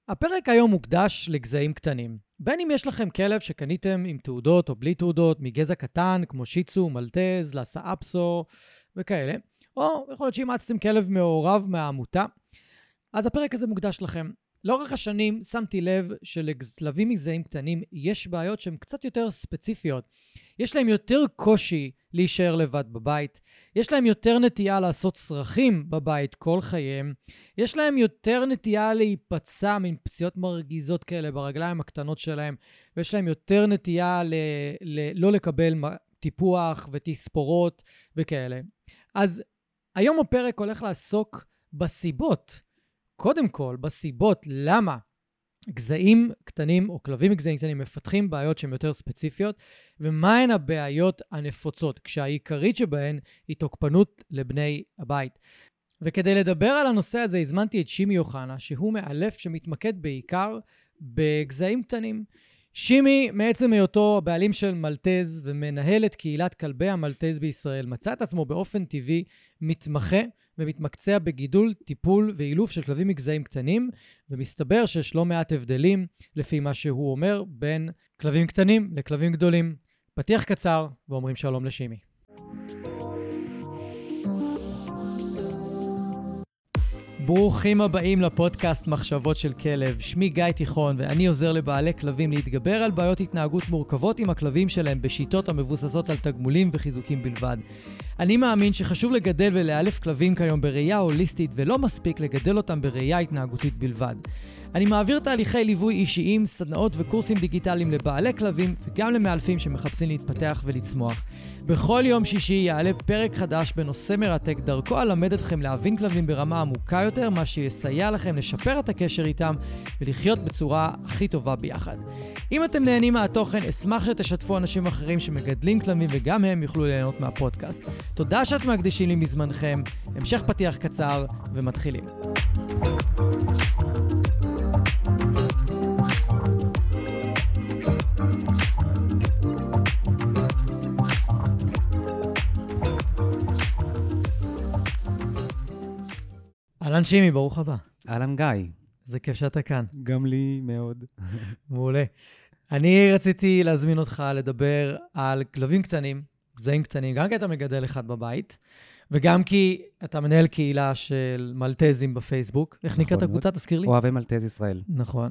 הפרק היום מוקדש לגזעים קטנים. בין אם יש לכם כלב שקניתם עם תעודות או בלי תעודות, מגזע קטן כמו שיצו, מלטז, לאסה אפסו וכאלה, או יכול להיות שאימצתם כלב מעורב מהעמותה, אז הפרק הזה מוקדש לכם. לאורך השנים שמתי לב שלכלבים מגזעים קטנים יש בעיות שהן קצת יותר ספציפיות. יש להם יותר קושי להישאר לבד בבית, יש להם יותר נטייה לעשות צרכים בבית כל חייהם, יש להם יותר נטייה להיפצע מן פציעות מרגיזות כאלה ברגליים הקטנות שלהם, ויש להם יותר נטייה לא לקבל טיפוח ותספורות וכאלה. אז היום הפרק הולך לעסוק בסיבות, קודם כל בסיבות למה גזעים קטנים או כלבים מגזעים קטנים מפתחים בעיות שהן יותר ספציפיות, ומהן הבעיות הנפוצות, כשהעיקרית שבהן היא תוקפנות לבני הבית. וכדי לדבר על הנושא הזה הזמנתי את שימי יוחנה, שהוא מאלף שמתמקד בעיקר בגזעים קטנים. שימי, מעצם היותו הבעלים של מלטז ומנהל את קהילת כלבי המלטז בישראל, מצא את עצמו באופן טבעי מתמחה ומתמקצע בגידול, טיפול ואילוף של כלבים מגזעים קטנים, ומסתבר שיש לא מעט הבדלים, לפי מה שהוא אומר, בין כלבים קטנים לכלבים גדולים. פתיח קצר, ואומרים שלום לשימי. ברוכים הבאים לפודקאסט מחשבות של כלב. שמי גיא תיכון, ואני עוזר לבעלי כלבים להתגבר על בעיות התנהגות מורכבות עם הכלבים שלהם בשיטות המבוססות על תגמולים וחיזוקים בלבד. אני מאמין שחשוב לגדל ולאלף כלבים כיום בראייה הוליסטית, ולא מספיק לגדל אותם בראייה התנהגותית בלבד. אני מעביר תהליכי ליווי אישיים, סדנאות וקורסים דיגיטליים לבעלי כלבים וגם למאלפים שמחפשים להתפתח ולצמוח. בכל יום שישי יעלה פרק חדש בנושא מרתק, דרכו אלמד אתכם להבין כלבים ברמה עמוקה יותר, מה שיסייע לכם לשפר את הקשר איתם ולחיות בצורה הכי טובה ביחד. אם אתם נהנים מהתוכן, אשמח שתשתפו אנשים אחרים שמגדלים כלבים וגם הם יוכלו ליהנות מהפודקאסט. תודה שאתם מקדישים לי מזמנכם. המשך פתיח קצר ומתחילים. אהלן שימי, ברוך הבא. אהלן גיא. זה כיף שאתה כאן. גם לי מאוד. מעולה. אני רציתי להזמין אותך לדבר על כלבים קטנים, גזעים קטנים, גם כי אתה מגדל אחד בבית, וגם כי אתה מנהל קהילה של מלטזים בפייסבוק. איך נקראת הקבוצה? תזכיר לי. אוהבי מלטז ישראל. נכון.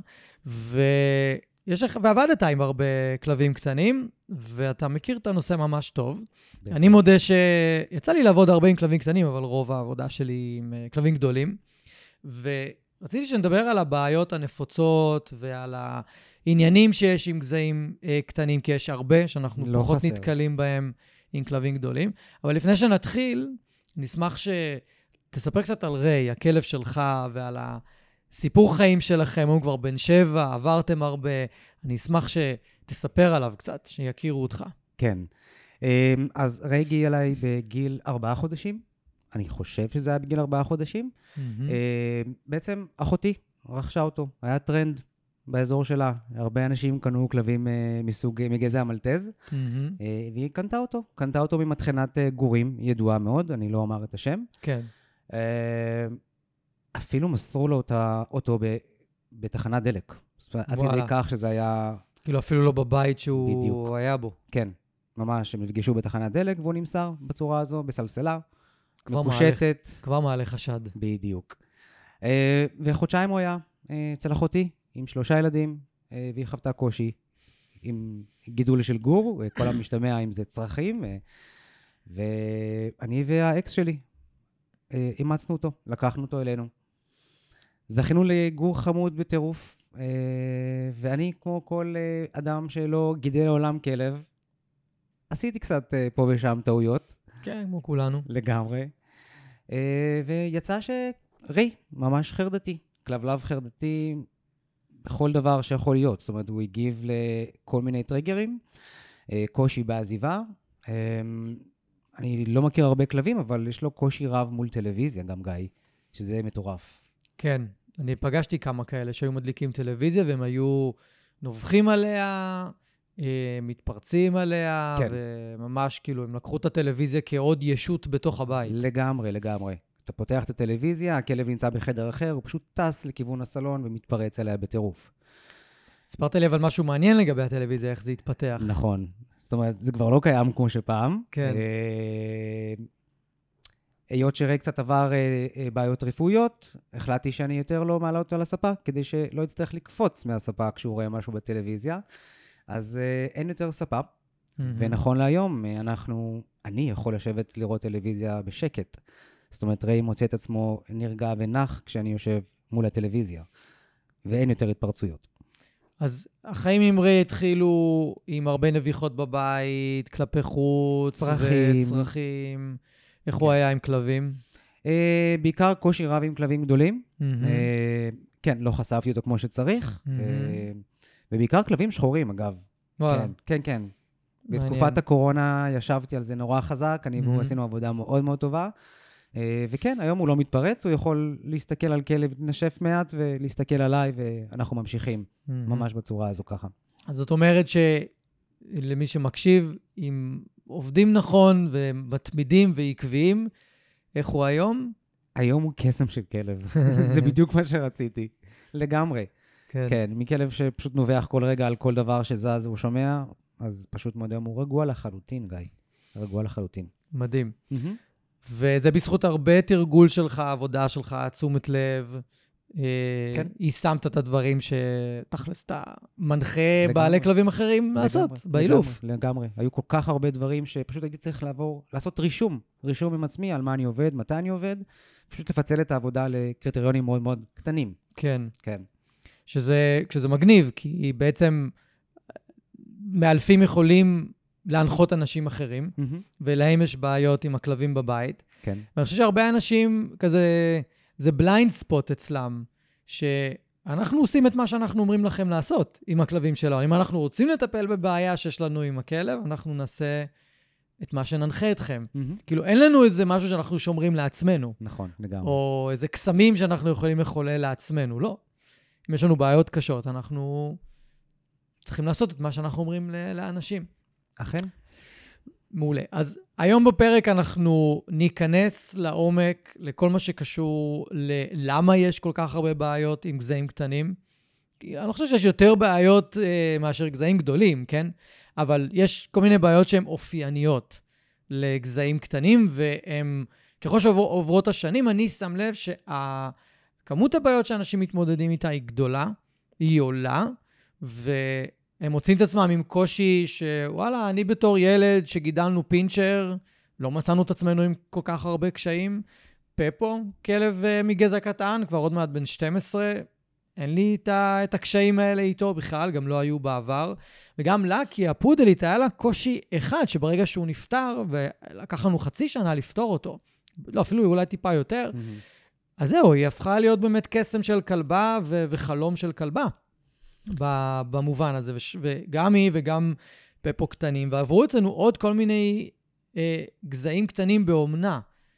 ועבדת עם הרבה כלבים קטנים, ואתה מכיר את הנושא ממש טוב. אני מודה שיצא לי לעבוד הרבה עם כלבים קטנים, אבל רוב העבודה שלי עם כלבים גדולים. ורציתי שנדבר על הבעיות הנפוצות ועל העניינים שיש עם גזעים קטנים, כי יש הרבה שאנחנו פחות נתקלים בהם עם כלבים גדולים. אבל לפני שנתחיל, נשמח שתספר קצת על ריי, הכלב שלך, ועל סיפור חיים שלכם. הוא כבר בן 7, עברתם הרבה. אני אשמח שתספר עליו קצת, שיכירו אותך. כן. אז ריי הגיע אליי בגיל 4 חודשים. אני חושב שזה היה בגיל 4 חודשים. בעצם אחותי רכשה אותו. היה טרנד באזור שלה. הרבה אנשים קנו כלבים מגזע המלטז. והיא קנתה אותו ממטחנת גורים, ידועה מאוד. אני לא אומר את השם. כן. אפילו מסרו לו אותו בתחנת דלק. עד כדי כך שזה היה... כאילו אפילו לא בבית שהוא בדיוק. היה בו. כן, ממש, הם נפגשו בתחנת דלק, והוא נמסר בצורה הזו, בסלסלה, מקושטת. כבר מעלה חשד. בדיוק. וחודשיים הוא היה אצל אחותי, עם 3 ילדים, והיא חוותה קושי עם גידול של גור, כל המשתמע עם זה צרכים, ואני והאקס שלי, אימצנו אותו, לקחנו אותו אלינו. זכינו לגור חמוד בטירוף, ואני, כמו כל אדם שלא גידל לעולם כלב, עשיתי קצת פה ושם טעויות. כן, כמו כולנו. לגמרי. ויצא שריי, ממש חרדתי, כלבלב חרדתי, בכל דבר שיכול להיות. זאת אומרת, הוא הגיב לכל מיני טריגרים, קושי בעזיבה. אני לא מכיר הרבה כלבים, אבל יש לו קושי רב מול טלוויזיה, גם גיא, שזה מטורף. כן, אני פגשתי כמה כאלה שהיו מדליקים טלוויזיה, והם היו נובחים עליה, מתפרצים עליה, כן. וממש כאילו, הם לקחו את הטלוויזיה כעוד ישות בתוך הבית. לגמרי, לגמרי. אתה פותח את הטלוויזיה, הכלב נמצא בחדר אחר, הוא פשוט טס לכיוון הסלון ומתפרץ עליה בטירוף. סיפרת לי אבל משהו מעניין לגבי הטלוויזיה, איך זה התפתח. נכון. זאת אומרת, זה כבר לא קיים כמו שפעם. כן. היות שריי קצת עבר בעיות רפואיות, החלטתי שאני יותר לא מעלה אותו על הספה, כדי שלא יצטרך לקפוץ מהספה כשהוא רואה משהו בטלוויזיה. אז אין יותר ספה, ונכון להיום, אני יכול לשבת לראות טלוויזיה בשקט. זאת אומרת, ריי מוצא את עצמו נרגע ונח כשאני יושב מול הטלוויזיה, ואין יותר התפרצויות. אז החיים עם ריי התחילו עם הרבה נביחות בבית, כלפי חוץ, וצרכים. איך הוא היה עם כלבים? בעיקר קושי רב עם כלבים גדולים. כן, לא חשפתי אותו כמו שצריך. ובעיקר כלבים שחורים, אגב. וואלה. כן, כן. בתקופת הקורונה ישבתי על זה נורא חזק, אני והוא עשינו עבודה מאוד מאוד טובה. וכן, היום הוא לא מתפרץ, הוא יכול להסתכל על כלב נשף מעט ולהסתכל עליי, ואנחנו ממשיכים ממש בצורה הזו ככה. אז זאת אומרת שלמי שמקשיב, אם עובדים נכון ומתמידים ועקביים, איך הוא היום? היום הוא קסם של כלב. זה בדיוק מה שרציתי. לגמרי. כן, מכלב שפשוט נובח כל רגע על כל דבר שזז הוא שומע, אז פשוט מאוד היום הוא רגוע לחלוטין, גיא. רגוע לחלוטין. מדהים. וזה בזכות הרבה תרגול שלך, עבודה שלך, תשומת לב. כן. יישמת את הדברים שתכלס אתה מנחה בעלי כלבים אחרים לעשות, באילוף. לגמרי. היו כל כך הרבה דברים שפשוט הייתי צריך לעשות רישום עם עצמי על מה אני עובד, מתי אני עובד, פשוט לפצל את העבודה לקריטריונים מאוד מאוד קטנים. כן. כן. שזה מגניב, כי בעצם מאלפים יכולים להנחות אנשים אחרים, ולהם יש בעיות עם הכלבים בבית. כן. ואני חושב שהרבה אנשים כזה, זה בליינד ספוט אצלם, שאנחנו עושים את מה שאנחנו אומרים לכם לעשות עם הכלבים שלנו. אם אנחנו רוצים לטפל בבעיה שיש לנו עם הכלב, אנחנו נעשה את מה שננחה אתכם. כאילו, אין לנו איזה משהו שאנחנו שומרים לעצמנו. נכון, לגמרי. או איזה קסמים שאנחנו יכולים לחולל לעצמנו. לא. אם יש לנו בעיות קשות, אנחנו צריכים לעשות את מה שאנחנו אומרים לאנשים. אכן. מעולה. אז היום בפרק אנחנו ניכנס לעומק לכל מה שקשור ללמה יש כל כך הרבה בעיות עם גזעים קטנים. אני חושב שיש יותר בעיות מאשר גזעים גדולים, כן? אבל יש כל מיני בעיות שהן אופייניות לגזעים קטנים, והן, ככל שעוברות השנים, אני שם לב כמות הבעיות שאנשים מתמודדים איתה היא גדולה, היא עולה, הם מוצאים את עצמם עם קושי שוואלה, אני בתור ילד שגידלנו פינצ'ר, לא מצאנו את עצמנו עם כל כך הרבה קשיים. פפו, כלב מגזע קטן, כבר עוד מעט בן 12, אין לי את הקשיים האלה איתו בכלל, גם לא היו בעבר. וגם לה, כי הפודלית היה לה קושי אחד, שברגע שהוא נפטר, ולקח לנו חצי שנה לפתור אותו, לא, אפילו אולי טיפה יותר, אז זהו, היא הפכה להיות באמת קסם של כלבה וחלום של כלבה. במובן הזה, וגם היא וגם פפו קטנים, ועברו אצלנו עוד כל מיני גזעים קטנים באומנה,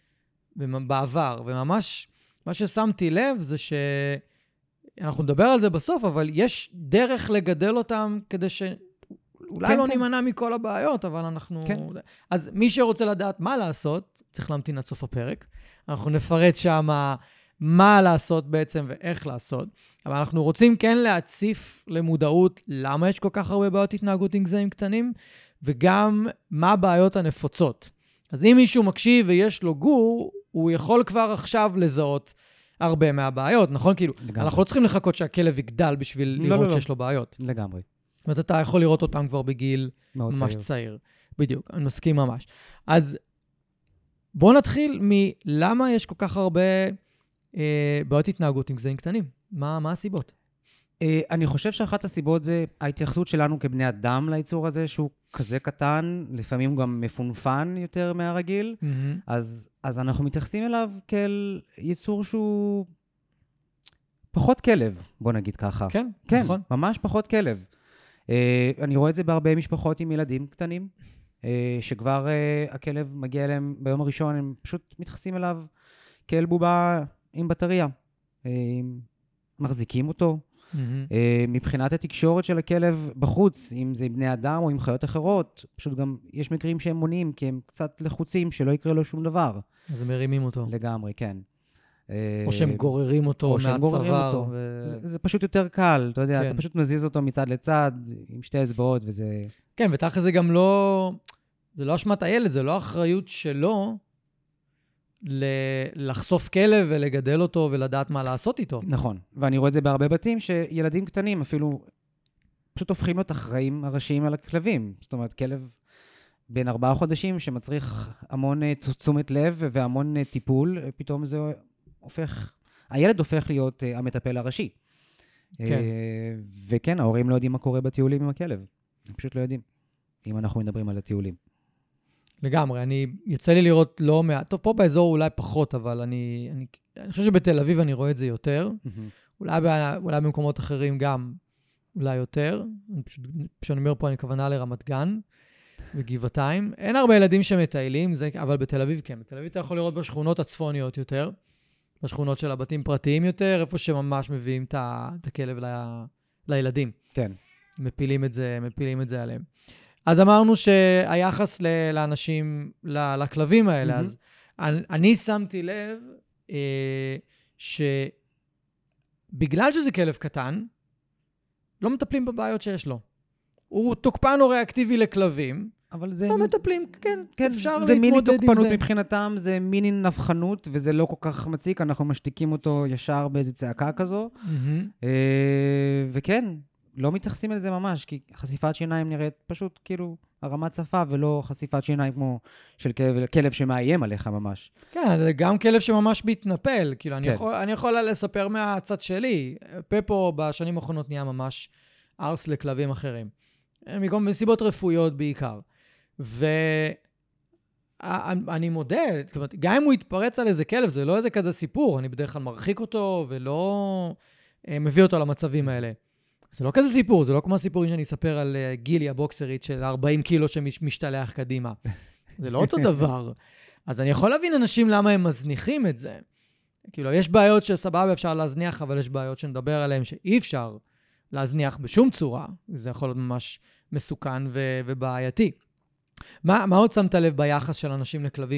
בעבר, וממש מה ששמתי לב זה שאנחנו נדבר על זה בסוף, אבל יש דרך לגדל אותם כדי שאולי כן, לא כן. נימנע מכל הבעיות, אבל אנחנו... כן. אז מי שרוצה לדעת מה לעשות, צריך להמתין עד סוף הפרק. אנחנו נפרט שם מה לעשות בעצם ואיך לעשות. אבל אנחנו רוצים כן להציף למודעות למה יש כל כך הרבה בעיות התנהגות עם גזעים קטנים, וגם מה הבעיות הנפוצות. אז אם מישהו מקשיב ויש לו גור, הוא יכול כבר עכשיו לזהות הרבה מהבעיות, נכון? כאילו, לגמרי. אנחנו לא צריכים לחכות שהכלב יגדל בשביל לראות שיש לו בעיות. לגמרי. זאת אומרת, אתה יכול לראות אותם כבר בגיל ממש צעיר. בדיוק, אני מסכים ממש. אז בואו נתחיל מלמה יש כל כך הרבה בעיות התנהגות עם גזעים קטנים. מה הסיבות? אני חושב שאחת הסיבות זה ההתייחסות שלנו כבני אדם ליצור הזה, שהוא כזה קטן, לפעמים גם מפונפן יותר מהרגיל, אז אנחנו מתייחסים אליו כאל יצור שהוא פחות כלב, בוא נגיד ככה. כן, נכון. ממש פחות כלב. אני רואה את זה בהרבה משפחות עם ילדים קטנים, שכבר הכלב מגיע אליהם ביום הראשון, הם פשוט מתייחסים אליו כאל בובה עם בטריה. מחזיקים אותו, מבחינת התקשורת של הכלב בחוץ, אם זה עם בני אדם או עם חיות אחרות, פשוט גם יש מקרים שהם מונעים, כי הם קצת לחוצים, שלא יקרה לו שום דבר. אז הם מרימים אותו. לגמרי, כן. או שהם גוררים אותו מהצוואר. זה פשוט יותר קל, אתה יודע, אתה פשוט מזיז אותו מצד לצד, עם שתי אצבעות, וזה... כן, ותכף זה גם לא... זה לא אשמת הילד, זה לא אחריות שלו לחשוף כלב ולגדל אותו ולדעת מה לעשות איתו. נכון, ואני רואה את זה בהרבה בתים, שילדים קטנים אפילו פשוט הופכים להיות אחראים הראשיים על הכלבים. זאת אומרת, כלב בין 4 חודשים שמצריך המון תשומת לב והמון טיפול, פתאום זה הופך, הילד הופך להיות המטפל הראשי. כן. וכן, ההורים לא יודעים מה קורה בטיולים עם הכלב. הם פשוט לא יודעים, אם אנחנו מדברים על הטיולים. לגמרי, יוצא לי לראות לא מעט, טוב, פה באזור אולי פחות, אבל אני חושב שבתל אביב אני רואה את זה יותר, אולי במקומות אחרים גם אולי יותר, כשאני אומר פה אני כוונה לרמת גן וגבעתיים, אין הרבה ילדים שמטיילים, אבל בתל אביב כן, בתל אביב אתה יכול לראות בשכונות הצפוניות יותר, בשכונות של הבתים פרטיים יותר, איפה שממש מביאים את הכלב לילדים. כן. מפילים את זה עליהם. אז אמרנו שהיחס לאנשים, לכלבים האלה, אז אני שמתי לב שבגלל שזה כלב קטן, לא מטפלים בבעיות שיש לו. הוא תוקפן או ריאקטיבי לכלבים, אבל זה... לא מטפלים, כן, אפשר להתמודד עם זה. זה מיני תוקפנות מבחינתם, זה מיני נבחנות, וזה לא כל כך מציק, אנחנו משתיקים אותו ישר באיזו צעקה כזו. וכן, לא מתייחסים על זה ממש, כי חשיפת שיניים נראית פשוט כאילו הרמת שפה, ולא חשיפת שיניים כמו של כלב שמאיים עליך ממש. כן, זה גם כלב שממש מתנפל. כאילו, אני יכול לספר מהצד שלי. פפו בשנים האחרונות נהיה ממש ארס לכלבים אחרים. מסיבות רפואיות בעיקר. ואני מודה, גם אם הוא יתפרץ על איזה כלב, זה לא איזה כזה סיפור. אני בדרך כלל מרחיק אותו ולא מביא אותו למצבים האלה. זה לא כזה סיפור, זה לא כמו הסיפורים שאני אספר על גילי הבוקסרית של 40 קילו שמשתלח קדימה. זה לא אותו דבר. אז אני יכול להבין אנשים למה הם מזניחים את זה. כאילו, יש בעיות שסבבה אפשר להזניח, אבל יש בעיות שנדבר עליהן שאי אפשר להזניח בשום צורה. זה יכול להיות ממש מסוכן ובעייתי. מה עוד שמת לב ביחס של אנשים לכלבים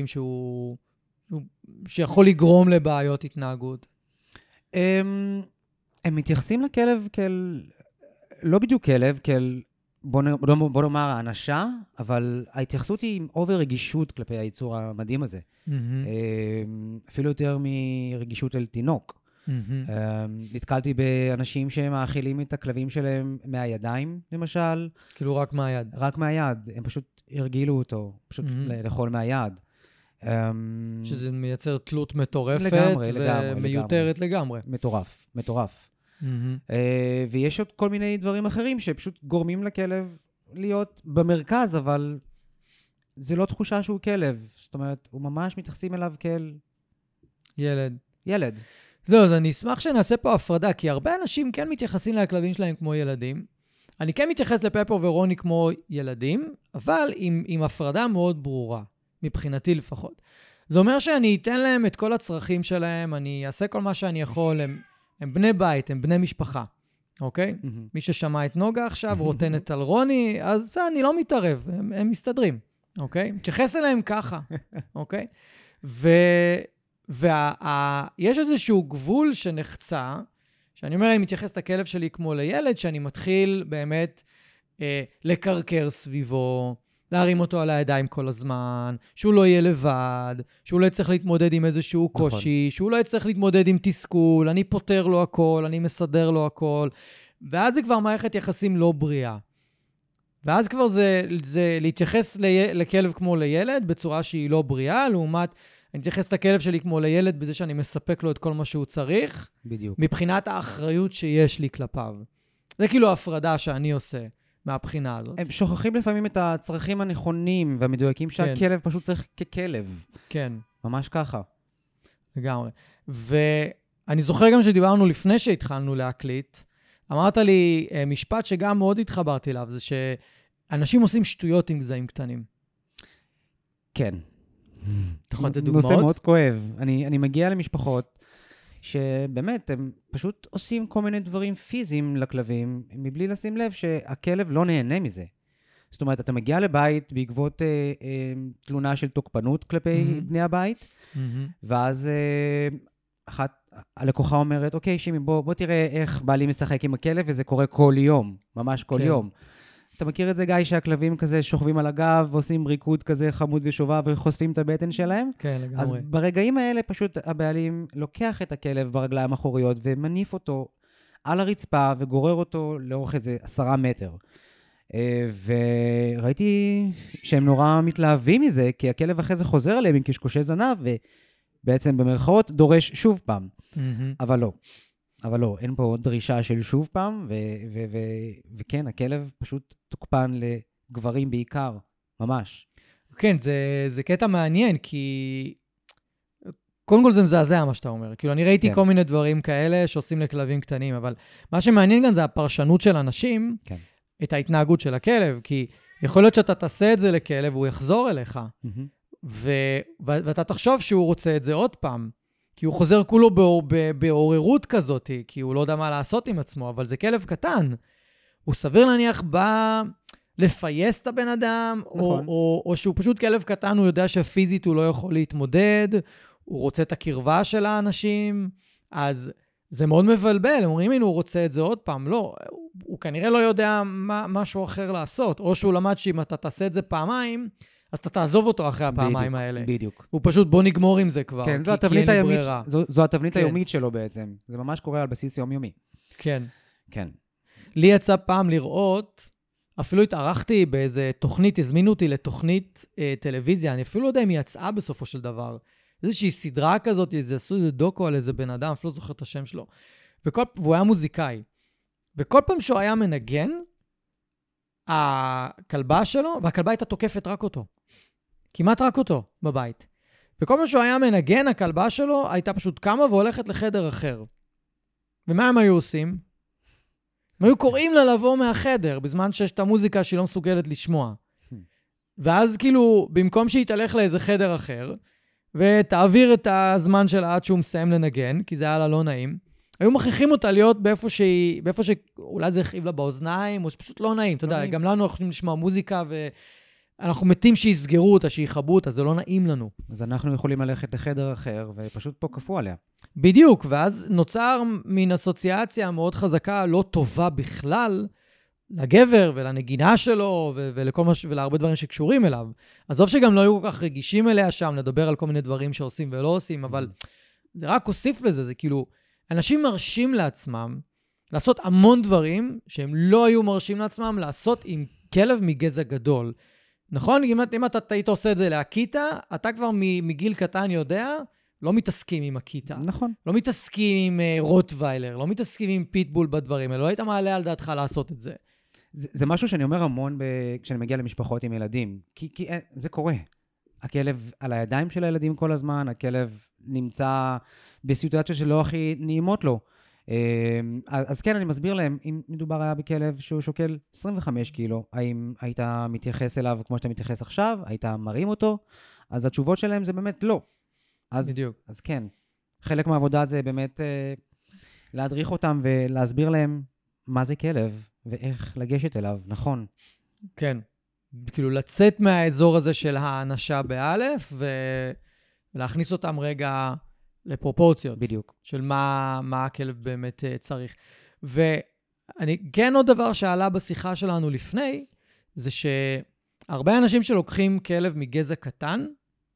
שיכול לגרום לבעיות התנהגות? הם מתייחסים לכלב לא בדיוק כלב, בוא נאמר האנשה, אבל ההתייחסות היא עם אובר רגישות כלפי היצור המדהים הזה. אפילו יותר מרגישות אל תינוק. נתקלתי באנשים שמאכילים את הכלבים שלהם מהידיים, למשל. כאילו רק מהיד. רק מהיד. הם פשוט הרגילו אותו, פשוט לאכול מהיד. שזה מייצר תלות מטורפת ומיותרת לגמרי. מטורף. ויש עוד כל מיני דברים אחרים שפשוט גורמים לכלב להיות במרכז, אבל זה לא תחושה שהוא כלב. זאת אומרת, הוא ממש מתייחסים אליו כאל... ילד. זהו, אז אני אשמח שנעשה פה הפרדה, כי הרבה אנשים כן מתייחסים לכלבים שלהם כמו ילדים. אני כן מתייחס לפפו ורוני כמו ילדים, אבל עם הפרדה מאוד ברורה, מבחינתי לפחות. זה אומר שאני אתן להם את כל הצרכים שלהם, אני אעשה כל מה שאני יכול, הם בני בית, הם בני משפחה, אוקיי? מי ששמע את נוגה עכשיו, רוטנת על רוני, אז אני לא מתערב, הם מסתדרים, אוקיי? מתייחס אליהם ככה, אוקיי? ויש איזשהו גבול שנחצה, שאני אומר, אני מתייחס את הכלב שלי כמו לילד, שאני מתחיל באמת לקרקר סביבו, להרים אותו על הידיים כל הזמן, שהוא לא יהיה לבד, שהוא לא יצטרך להתמודד עם איזשהו קושי, שהוא לא יצטרך להתמודד עם תסכול, אני פותר לו הכל, אני מסדר לו הכל, ואז זה כבר מערכת יחסים לא בריאה. ואז כבר זה להתייחס לכלב כמו לילד בצורה שהיא לא בריאה, לעומת אני מתייחס לכלב שלי כמו לילד בזה שאני מספק לו את כל מה שהוא צריך, בדיוק. מבחינת האחריות שיש לי כלפיו. זה כאילו ההפרדה שאני עושה. מהבחינה הזאת. הם שוכחים לפעמים את הצרכים הנכונים והמדויקים שהכלב פשוט צריך ככלב. כן. ממש ככה. לגמרי. ואני זוכר גם שדיברנו לפני שהתחלנו להקליט, אמרת לי משפט שגם מאוד התחברתי אליו, זה שאנשים עושים שטויות עם גזעים קטנים. כן. אתה יכול לתת דוגמאות? נושא מאוד כואב. אני מגיע למשפחות שבאמת הם פשוט עושים כל מיני דברים פיזיים לכלבים, מבלי לשים לב שהכלב לא נהנה מזה. זאת אומרת, אתה מגיע לבית בעקבות תלונה של תוקפנות כלפי בני הבית, ואז הלקוחה אומרת, אוקיי, שימי, בוא תראה איך בעלי משחק עם הכלב, וזה קורה כל יום, ממש כל יום. אתה מכיר את זה, גיא, שהכלבים כזה שוכבים על הגב, ועושים ריקוד כזה חמוד ושובב, וחושפים את הבטן שלהם? כן, לגמרי. אז ברגעים האלה פשוט הבעלים לוקח את הכלב ברגליים האחוריות, ומניף אותו על הרצפה, וגורר אותו לאורך איזה 10 מטר. וראיתי שהם נורא מתלהבים מזה, כי הכלב אחרי זה חוזר אליהם עם קשקושי זנב, ובעצם במרכאות דורש שוב פעם. אבל לא, אין פה דרישה של שוב פעם, וכן, הכלב פשוט תוקפן לגברים בעיקר, ממש. כן, זה קטע מעניין, כי קודם כל זה מזעזע מה שאתה אומר. כאילו, אני ראיתי כל מיני דברים כאלה שעושים לכלבים קטנים, אבל מה שמעניין גם זה הפרשנות של אנשים, את ההתנהגות של הכלב, כי יכול להיות שאתה תעשה את זה לכלב, והוא יחזור אליך, ואתה תחשוב שהוא רוצה את זה עוד פעם, כי הוא חוזר כולו בעוררות כזאת, כי הוא לא יודע מה לעשות עם עצמו, אבל זה כלב קטן. הוא סביר להניח בא לפייס את הבן אדם, או שהוא פשוט כלב קטן, הוא יודע שפיזית הוא לא יכול להתמודד, הוא רוצה את הקרבה של האנשים, אז זה מאוד מבלבל. הם אומרים, הנה הוא רוצה את זה עוד פעם. לא, הוא כנראה לא יודע משהו אחר לעשות, או שהוא למד שאם אתה תעשה את זה פעמיים, אז אתה תעזוב אותו אחרי הפעמיים האלה. בדיוק. הוא פשוט בוא נגמור עם זה כבר, כן, כי אין לי ברירה. זו התבנית היומית שלו בעצם. זה ממש קורה על בסיס יומיומי. כן. כן. לי יצא פעם לראות, אפילו התארחתי באיזה תוכנית, הזמינו אותי לתוכנית טלוויזיה, אני אפילו לא יודע אם היא יצאה בסופו של דבר. איזושהי סדרה כזאת, עשו איזה דוקו על איזה בן אדם, אפילו לא זוכר את השם שלו. והוא היה מוזיקאי. וכל פעם שהוא היה מנגן, הכלבה שלו, והכלבה הייתה תוקפת רק אותו. כמעט רק אותו בבית. וכל פעם שהוא היה מנגן, הכלבה שלו הייתה פשוט קמה והולכת לחדר אחר. ומה הם היו עושים? הם היו קוראים לה לבוא מהחדר, בזמן שיש את המוזיקה שהיא לא מסוגלת לשמוע. ואז כאילו, במקום שהיא תלך לאיזה חדר אחר, ותעביר את הזמן שלה עד שהוא מסיים לנגן, כי זה היה לה לא נעים, היו מכריחים אותה להיות באיפה שאולי זה הכאיב לה באוזניים, או שפשוט לא נעים. אתה יודע, גם לנו אנחנו יכולים לשמוע מוזיקה, ואנחנו מתים שיסגרו אותה, שיחבו אותה, זה לא נעים לנו. אז אנחנו יכולים ללכת לחדר אחר, ופשוט פה כפו עליה. בדיוק, ואז נוצר מן אסוציאציה מאוד חזקה, לא טובה בכלל, לגבר ולנגינה שלו, ולהרבה דברים שקשורים אליו. עזוב שגם לא היו כל כך רגישים אליה שם, לדבר על כל מיני דברים שעושים ולא עושים, אבל זה רק הוסיף לזה, זה כאילו, אנשים מרשים לעצמם לעשות המון דברים שהם לא היו מרשים לעצמם לעשות עם כלב מגזע גדול. נכון? אם אתה היית עושה את זה להקיטה, אתה כבר מגיל קטן יודע, לא מתעסקים עם הקיטה. נכון. לא מתעסקים עם רוטוויילר, לא מתעסקים עם פיטבול בדברים, לא היית מעלה על דעתך לעשות את זה. זה משהו שאני אומר המון כשאני מגיע למשפחות עם ילדים, כי זה קורה. הכלב על הידיים של הילדים כל הזמן, הכלב נמצא בסיטואציה שלא הכי נעימות לו. אז כן, אני מסביר להם, אם מדובר היה בכלב שהוא שוקל 25 קילו, האם היית מתייחס אליו כמו שאתה מתייחס עכשיו? היית מרים אותו? אז התשובות שלהם זה באמת לא. בדיוק. אז כן, חלק מהעבודה זה באמת להדריך אותם ולהסביר להם מה זה כלב ואיך לגשת אליו, נכון. כן. כאילו לצאת מהאזור הזה של האנשה באלף, ולהכניס אותם רגע לפרופורציות. בדיוק. של מה הכלב באמת צריך. כן עוד דבר שעלה בשיחה שלנו לפני, זה שהרבה אנשים שלוקחים כלב מגזע קטן,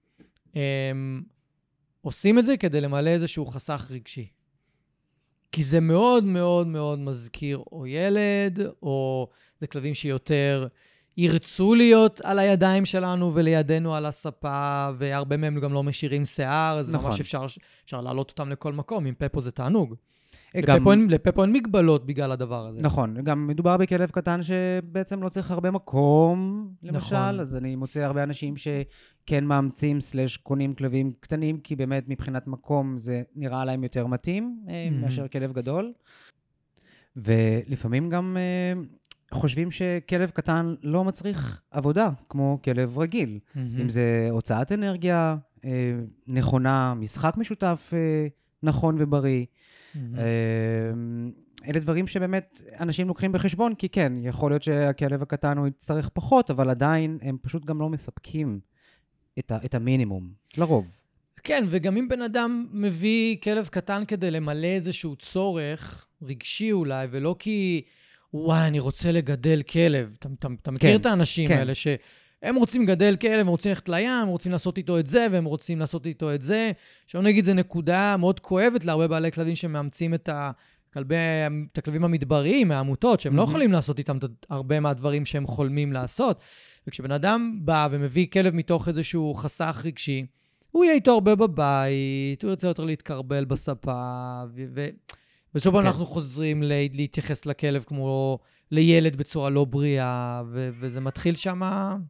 עושים את זה כדי למלא איזשהו חסך רגשי. כי זה מאוד מאוד מאוד מזכיר או ילד, או זה כלבים שיותר ירצו להיות על הידיים שלנו ולידינו על הספה, והרבה מהם גם לא משאירים שיער, אז נכון. ממש אפשר להעלות אותם לכל מקום, עם פפו זה תענוג. לפפו אין מגבלות בגלל הדבר הזה. נכון, גם מדובר בכלב קטן שבעצם לא צריך הרבה מקום, למשל, נכון. אז אני מוצא הרבה אנשים שכן מאמצים קונים כלבים קטנים, כי באמת מבחינת מקום זה נראה להם יותר מתאים, מאשר כלב גדול. ולפעמים גם חושבים שכלב קטן לא מצריך עבודה, כמו כלב רגיל. אם זה הוצאת אנרגיה, נכונה, משחק משותף נכון ובריא. Mm-hmm. אלה דברים שבאמת אנשים לוקחים בחשבון, כי כן, יכול להיות שהכלב הקטן הוא יצטרך פחות, אבל עדיין הם פשוט גם לא מספקים את המינימום, לרוב. כן, וגם אם בן אדם מביא כלב קטן כדי למלא איזשהו צורך רגשי אולי, ולא כי, וואי, אני רוצה לגדל כלב. אתה מכיר את האנשים האלה שהם רוצים לגדל כלב, הם רוצים ללכת לים, הם רוצים לעשות איתו את זה, והם רוצים לעשות איתו את זה. עכשיו נגיד, זו נקודה מאוד כואבת להרבה בעלי כלבים שמאמצים את הכלבים המדבריים, מהעמותות, שהם לא יכולים לעשות איתם הרבה מהדברים שהם חולמים לעשות. וכשבן אדם בא ומביא כלב מתוך איזשהו חסך רגשי, הוא יהיה איתו הרבה בבית, הוא ירצה יותר להתקרבל בספה, ובסוף אנחנו חוזרים להתייחס לכלב כמו לילד בצורה לא בריאה, וזה מתחיל שם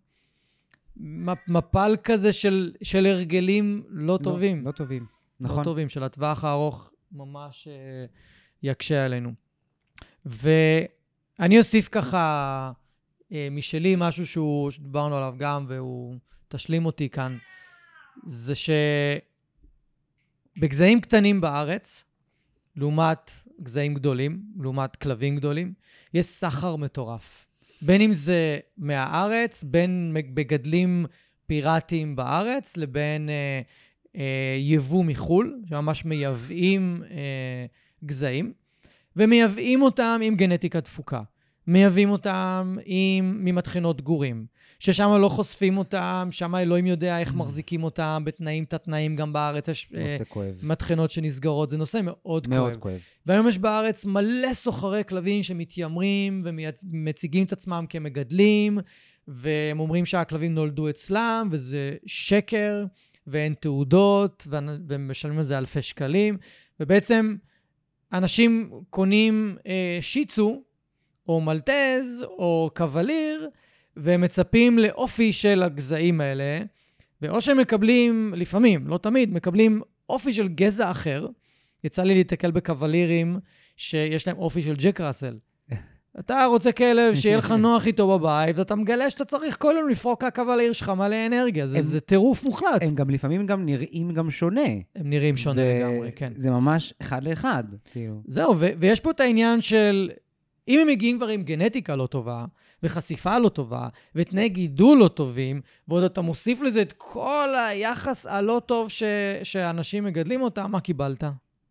מפל כזה של הרגלים לא טובים. לא טובים, נכון. לא טובים, של הטווח הארוך ממש יקשה עלינו. ואני אוסיף ככה משלי משהו שדיברנו עליו גם, והוא תשלים אותי כאן. זה שבגזעים קטנים בארץ, לעומת גזעים גדולים, לעומת כלבים גדולים, יש סחר מטורף. בין אם זה מהארץ, בין בגדלים פיראטיים בארץ, לבין יבוא מחול, שממש מייבאים גזעים, ומייבאים אותם עם גנטיקה דפוקה. מייבאים אותם ממטחנות גורים, ששם לא חושפים אותם, שם אלוהים יודע איך מחזיקים אותם בתנאים, תת-תנאים גם בארץ. יש מטחנות שנסגרות, זה נושא מאוד כואב. מאוד כואב. והיום יש בארץ מלא סוחרי כלבים שמתיימרים ומציגים את עצמם כמגדלים, והם אומרים שהכלבים נולדו אצלם, וזה שקר, ואין תעודות, ומשלמים על זה אלפי שקלים, ובעצם אנשים קונים שיצו, או מלטז, או קווליר, והם מצפים לאופי של הגזעים האלה, ואו שהם מקבלים, לפעמים, לא תמיד, מקבלים אופי של גזע אחר. יצא לי להתקל בקוולירים שיש להם אופי של ג'ק ראסל. אתה רוצה כלב שיהיה לך נוח איתו בבית, ואתה מגלה שאתה צריך כל יום לפרוק לקווליר שלך מלא אנרגיה. זה טירוף מוחלט. הם גם לפעמים גם נראים גם שונה. הם נראים שונה לגמרי, כן. זה ממש אחד לאחד. זהו, ויש פה את העניין של אם הם מגיעים כבר עם גנטיקה לא טובה, וחשיפה לא טובה, ותנאי גידול לא טובים, ועוד אתה מוסיף לזה את כל היחס הלא טוב שאנשים מגדלים אותם, מה קיבלת?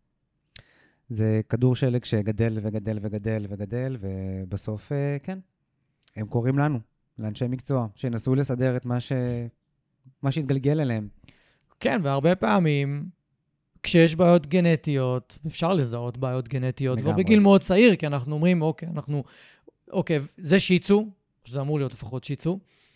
זה כדור שלג שגדל וגדל וגדל וגדל, ובסוף, כן, הם קוראים לנו, לאנשי מקצוע, שינסו לסדר את מה שהתגלגל אליהם. כן, והרבה פעמים, כשיש בעיות גנטיות, אפשר לזהות בעיות גנטיות, ובגיל מאוד צעיר, כי אנחנו אומרים, אוקיי, זה שיצו, שזה אמור להיות לפחות שיצו,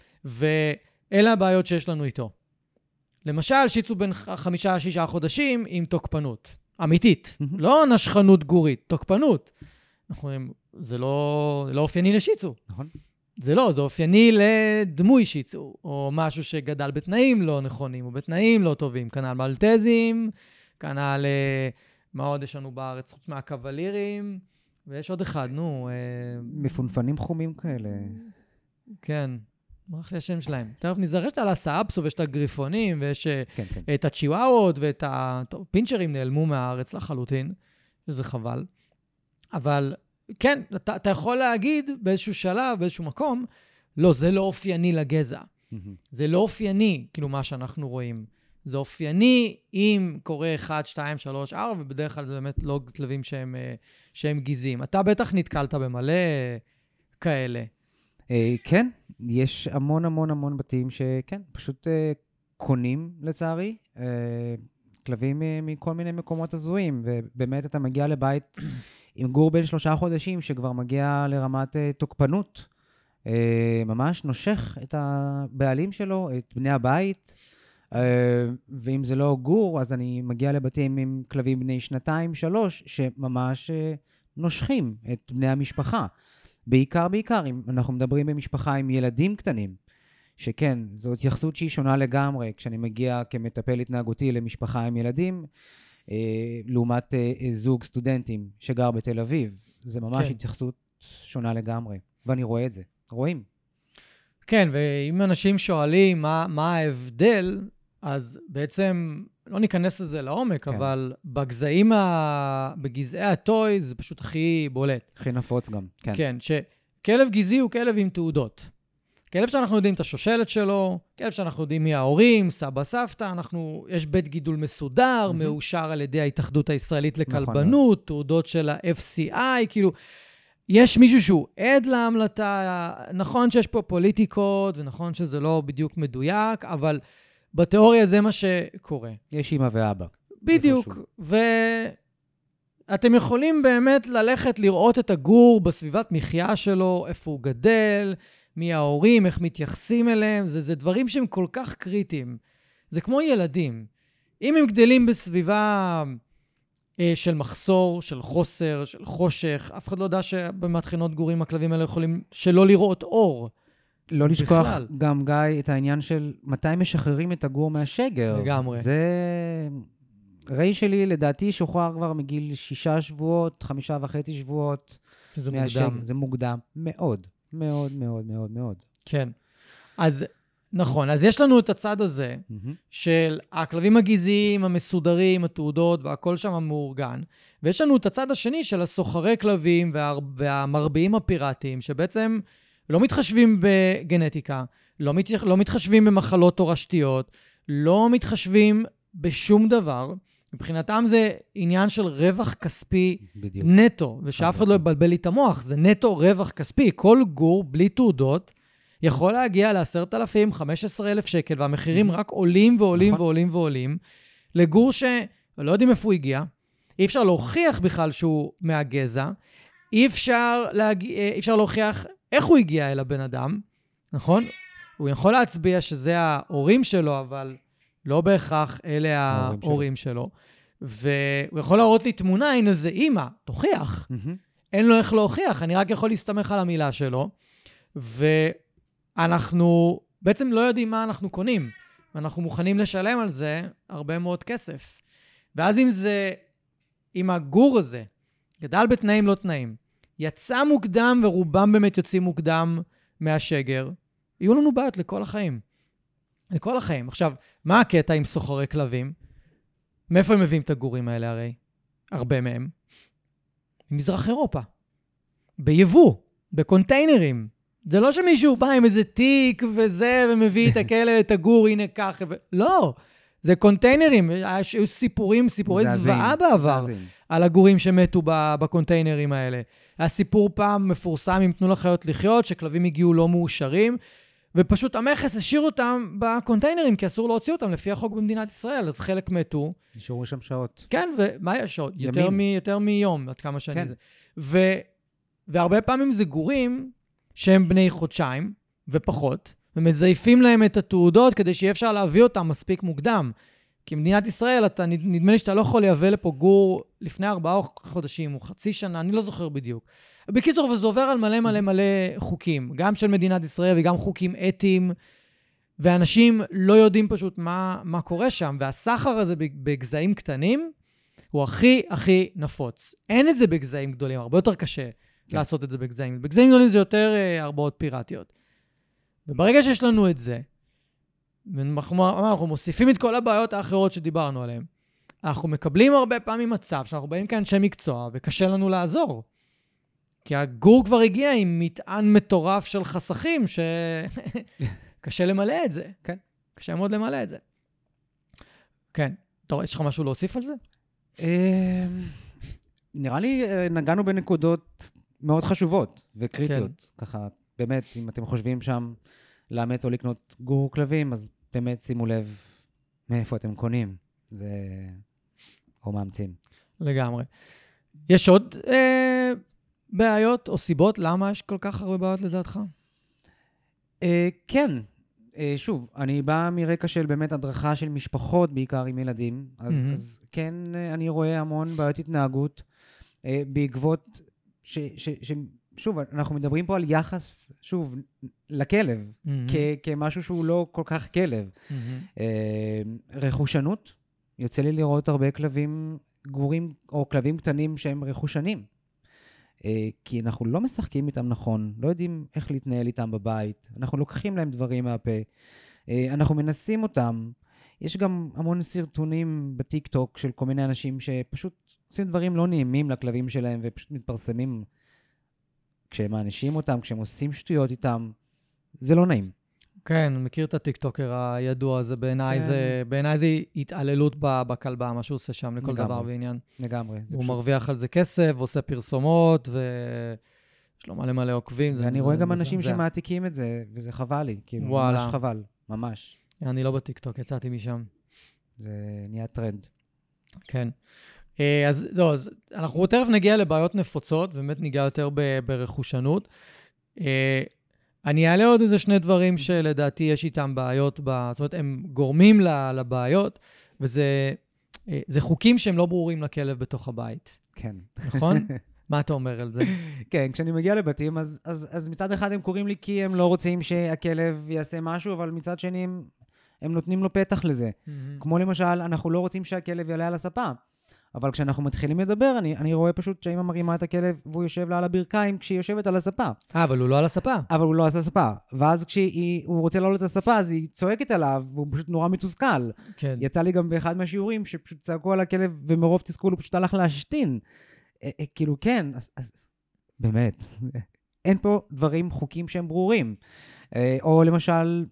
ואלה הבעיות שיש לנו איתו. למשל, שיצו בין 5-6 חודשים עם תוקפנות. אמיתית, לא נשכנות גורית, תוקפנות. אנחנו אומרים, זה לא אופייני לשיצו. נכון. זה אופייני לדמוי שיצו, או משהו שגדל בתנאים לא נכונים, או בתנאים לא טובים. כנ"ל מלטזים, כנ"ל, מה עוד יש לנו בארץ, חוץ מהקוולירים, ויש עוד אחד, מפונפנים חומים כאלה. כן. מרח לי השם שלהם. תכף נזרשת על הסאפסו, ויש את הגריפונים, ויש את הצ'יוואוות, ואת הפינצ'רים נעלמו מהארץ לחלוטין, שזה חבל. אבל כן, אתה יכול להגיד באיזשהו שלב, באיזשהו מקום, לא, זה לא אופייני לגזע. זה לא אופייני, כאילו מה שאנחנו רואים. זה אופייני אם קורה 1, 2, 3, 4, ובדרך כלל זה באמת לא כלבים שהם גזעים. אתה בטח נתקלת במלא כאלה. כן, יש המון המון המון בתים שכן, פשוט קונים לצערי, כלבים מכל מיני מקומות הזויים, ובאמת אתה מגיע לבית עם גור בין 3 חודשים שכבר מגיע לרמת תוקפנות, ממש נושך את הבעלים שלו, את בני הבית, ואם זה לא גור, אז אני מגיע לבתים עם כלבים בני 2-3, שממש נושכים את בני המשפחה. בעיקר, אם אנחנו מדברים במשפחה עם ילדים קטנים, שכן, זו התייחסות שהיא שונה לגמרי, כשאני מגיע כמטפל התנהגותי למשפחה עם ילדים, לעומת זוג סטודנטים שגר בתל אביב. זה ממש התייחסות שונה לגמרי, ואני רואה את זה. רואים. כן, ואם אנשים שואלים מה ההבדל, אז בעצם לא ניכנס לזה לעומק, כן. אבל בגזעי הטוי זה פשוט הכי בולט. הכי נפוץ גם, כן. כן, שכלב גזעי הוא כלב עם תעודות. כלב שאנחנו יודעים את השושלת שלו, כלב שאנחנו יודעים מי ההורים, סבא, סבתא, יש בית גידול מסודר, מאושר על ידי ההתאחדות הישראלית לכלבנות, תעודות של ה-FCI, כאילו, יש מישהו שהוא עד להמלטה, נכון שיש פה פוליטיקות, ונכון שזה לא בדיוק מדויק, אבל בתיאוריה זה מה שקורה. יש אמא ואבא. בדיוק, ואתם יכולים באמת ללכת לראות את הגור בסביבת מחיה שלו, איפה הוא גדל, מי ההורים, איך מתייחסים אליהם, זה דברים שהם כל כך קריטיים. זה כמו ילדים. אם הם גדלים בסביבה של מחסור, של חוסר, של חושך, אף אחד לא יודע שבמטחנות גורים הכלבים האלה יכולים שלא לראות אור. לא לשכוח גם, גיא, את העניין של מתי משחררים את הגור מהשגר. לגמרי. זה... ראי שלי, לדעתי, שוחרר כבר מגיל 6 שבועות, 5.5 שבועות. זה מוקדם. זה מוקדם מאוד. מאוד, מאוד, מאוד, מאוד. כן. אז, נכון. אז יש לנו את הצד הזה, של הכלבים הגזעיים, המסודרים, התעודות, והכל שם מאורגן. ויש לנו את הצד השני של הסוחרי כלבים והמרביעים הפיראטיים, שבעצם לא מתחשבים בגנטיקה, לא מתחשבים במחלות תורשתיות, לא מתחשבים בשום דבר. מבחינתם זה עניין של רווח כספי בדיוק. נטו, ושאף אחד לא יבלבל לי את המוח, זה נטו רווח כספי. כל גור בלי תעודות יכול להגיע ל10,000, 15,000 שקל, והמחירים רק עולים ועולים ועולים ועולים, לגור שלא יודעים איפה הוא הגיע, אי אפשר להוכיח בכלל שהוא מהגזע, אי אפשר להוכיח איך הוא הגיע אל הבן אדם, נכון? הוא יכול להצביע שזה ההורים שלו, אבל לא בהכרח אלה ההורים שלו. והוא יכול להראות לי תמונה, הנה זה אימא, תוכיח. אין לו איך להוכיח, אני רק יכול להסתמך על המילה שלו. ואנחנו בעצם לא יודעים מה אנחנו קונים. ואנחנו מוכנים לשלם על זה הרבה מאוד כסף. ואז אם הגור הזה גדל בתנאים לא תנאים, יצא מוקדם ורובם באמת יוצאים מוקדם מהשגר, יהיו לנו בעיות לכל החיים. לכל החיים. עכשיו, מה הקטע עם סוחרי כלבים? מאיפה הם מביאים את הגורים האלה הרי? הרבה מהם. ממזרח אירופה. ביבוא, בקונטיינרים. זה לא שמישהו בא עם איזה תיק וזה, ומביא את הכלב, את הגור, הנה כך. לא, זה קונטיינרים. היו סיפורי זוועה בעבר על הגורים שמתו בקונטיינרים האלה. הסיפור פעם מפורסם עם תנו לחיות לחיות, שכלבים הגיעו לא מאושרים, ופשוט המכס השאיר אותם בקונטיינרים, כי אסור להוציא אותם לפי החוק במדינת ישראל, אז חלק מתו. נשארו שם שעות. כן, ומה היה שעות? יותר מיום, עד כמה שנים זה. והרבה פעמים זה גורים שהם בני חודשיים ופחות, ומזייפים להם את התעודות כדי שיהיה אפשר להביא אותם מספיק מוקדם. כי במדינת ישראל, נדמה לי שאתה לא יכול להביא לפה גור לפני 4 חודשים או חצי שנה, אני לא זוכר בדיוק. בקיצור, וזה עובר על מלא מלא מלא חוקים, גם של מדינת ישראל וגם חוקים אתיים, ואנשים לא יודעים פשוט מה קורה שם, והסחר הזה בגזעים קטנים הוא הכי הכי נפוץ. אין את זה בגזעים גדולים, הרבה יותר קשה לעשות את זה בגזעים. בגזעים גדולים זה יותר הרבעות פיראטיות. וברגע שיש לנו את זה, אנחנו מוסיפים את כל הבעיות האחרות שדיברנו עליהן, אנחנו מקבלים הרבה פעמים מצב שאנחנו באים כאנשי מקצוע וקשה לנו לעזור. כי הגור כבר הגיע עם מטען מטורף של חסכים שקשה למלא את זה. כן. קשה מאוד למלא את זה. כן. טוב, יש לך משהו להוסיף על זה? נראה לי נגענו בנקודות מאוד חשובות וקריטיות. ככה, באמת, אם אתם חושבים שם לאמץ או לקנות גור כלבים, אז באמת שימו לב מאיפה אתם קונים. זה... או מאמצים. לגמרי. יש עוד בעיות או סיבות? למה יש כל כך הרבה בעיות לדעתך? כן. שוב, אני בא מרקע של באמת הדרכה של משפחות, בעיקר עם ילדים, אז כן, אני רואה המון בעיות התנהגות בעקבות שוב, אנחנו מדברים פה על יחס, שוב, לכלב, כמשהו שהוא לא כל כך כלב. רכושנות, יוצא לי לראות הרבה כלבים גורים, או כלבים קטנים שהם רכושנים. כי אנחנו לא משחקים איתם נכון, לא יודעים איך להתנהל איתם בבית, אנחנו לוקחים להם דברים מהפה, אנחנו מנסים אותם, יש גם המון סרטונים בטיק טוק של כל מיני אנשים שפשוט עושים דברים לא נעימים לכלבים שלהם, ופשוט מתפרסמים כשהם מענישים אותם, כשהם עושים שטויות איתם. זה לא נעים. כן, מכיר את הטיקטוקר הידוע הזה, בעיניי זה התעללות בכלבה, מה שהוא עושה שם לכל דבר ועניין. לגמרי. הוא מרוויח על זה כסף, עושה פרסומות, ויש לו מלא עוקבים. ואני רואה גם אנשים שמעתיקים את זה, וזה חבל לי, כאילו, ממש חבל, ממש. אני לא בטיקטוק, יצאתי משם. זה נהיה טרנד. כן. אז אנחנו תכף נגיע לבעיות נפוצות, ובאמת ניגע יותר ברכושנות. אני אעלה עוד איזה שני דברים שלדעתי יש איתם בעיות, זאת אומרת, הם גורמים לבעיות, וזה חוקים שהם לא ברורים לכלב בתוך הבית. כן. נכון? מה אתה אומר על זה? כן, כשאני מגיע לבתים, אז מצד אחד הם קוראים לי כי הם לא רוצים שהכלב יעשה משהו, אבל מצד שני הם נותנים לו פתח לזה. כמו למשל, אנחנו לא רוצים שהכלב יעלה על הספה. אבל כשאנחנו מתחילים לדבר, אני רואה פשוט שאמא מרימה את הכלב, והוא יושב לה על הברכיים כשהיא יושבת על הספה. אבל הוא לא על הספה. אבל הוא לא על הספה. ואז כשהוא רוצה לעלות על הספה, אז היא צועקת עליו, והוא פשוט נורא מתוסכל. כן. יצא לי גם באחד מהשיעורים, שפשוט צעקו על הכלב, ומרוב תסכול הוא פשוט הלך להשתין. כאילו, כן, אז באמת, אין פה דברים, חוקים שהם ברורים. או למשל,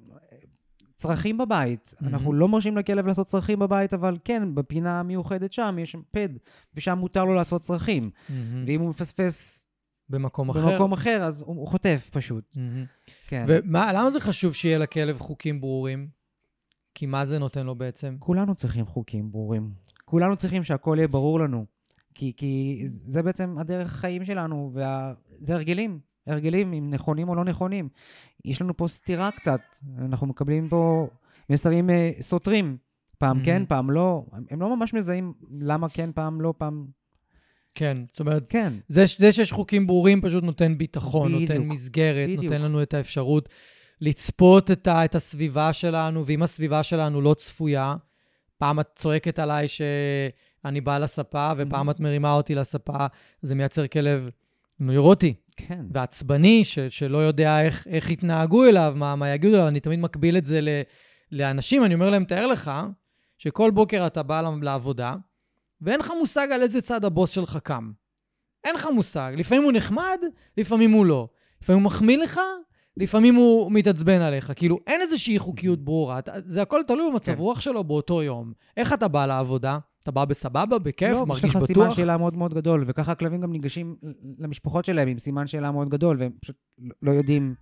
צרכים בבית. אנחנו לא מרשים לכלב לעשות צרכים בבית, אבל כן, בפינה המיוחדת שם יש פד, ושם מותר לו לעשות צרכים. ואם הוא מפספס במקום אחר, אז הוא חוטף פשוט. כן. ולמה זה חשוב שיהיה לכלב חוקים ברורים? כי מה זה נותן לו בעצם? כולנו צריכים חוקים ברורים. כולנו צריכים שהכל יהיה ברור לנו. כי זה בעצם הדרך החיים שלנו, זה הרגלים, אם נכונים או לא נכונים. יש לנו פה סתירה קצת, אנחנו מקבלים פה מסרים סותרים, פעם כן, פעם לא, הם לא ממש מזהים למה כן, פעם לא, פעם... כן, זאת אומרת, כן. זה שיש חוקים ברורים פשוט נותן ביטחון, נותן מסגרת, נותן לנו את האפשרות לצפות את הסביבה שלנו, ואם הסביבה שלנו לא צפויה, פעם את צועקת עליי שאני בא לספה, ופעם את מרימה אותי לספה, זה מייצר כלב נוירוטי. כן. ועצבני, שלא יודע איך יתנהגו אליו, מה יגידו אליו, אני תמיד מקביל את זה לאנשים, אני אומר להם, תאר לך, שכל בוקר אתה בא לעבודה, ואין לך מושג על איזה צד הבוס שלך קם. אין לך מושג. לפעמים הוא נחמד, לפעמים הוא לא. לפעמים הוא מחמיא לך, לפעמים הוא מתעצבן עליך. כאילו, אין איזושהי חוקיות ברורה. זה הכל תלוי במצב רוח שלו באותו יום. איך אתה בא לעבודה? אתה בא בסבבה, בכיף, מרגיש בטוח? לא, יש לך סימן שאלה מאוד מאוד גדול, וככה הכלבים גם ניגשים למשפחות שלהם עם סימן שאלה מאוד גדול, והם פשוט לא יודעים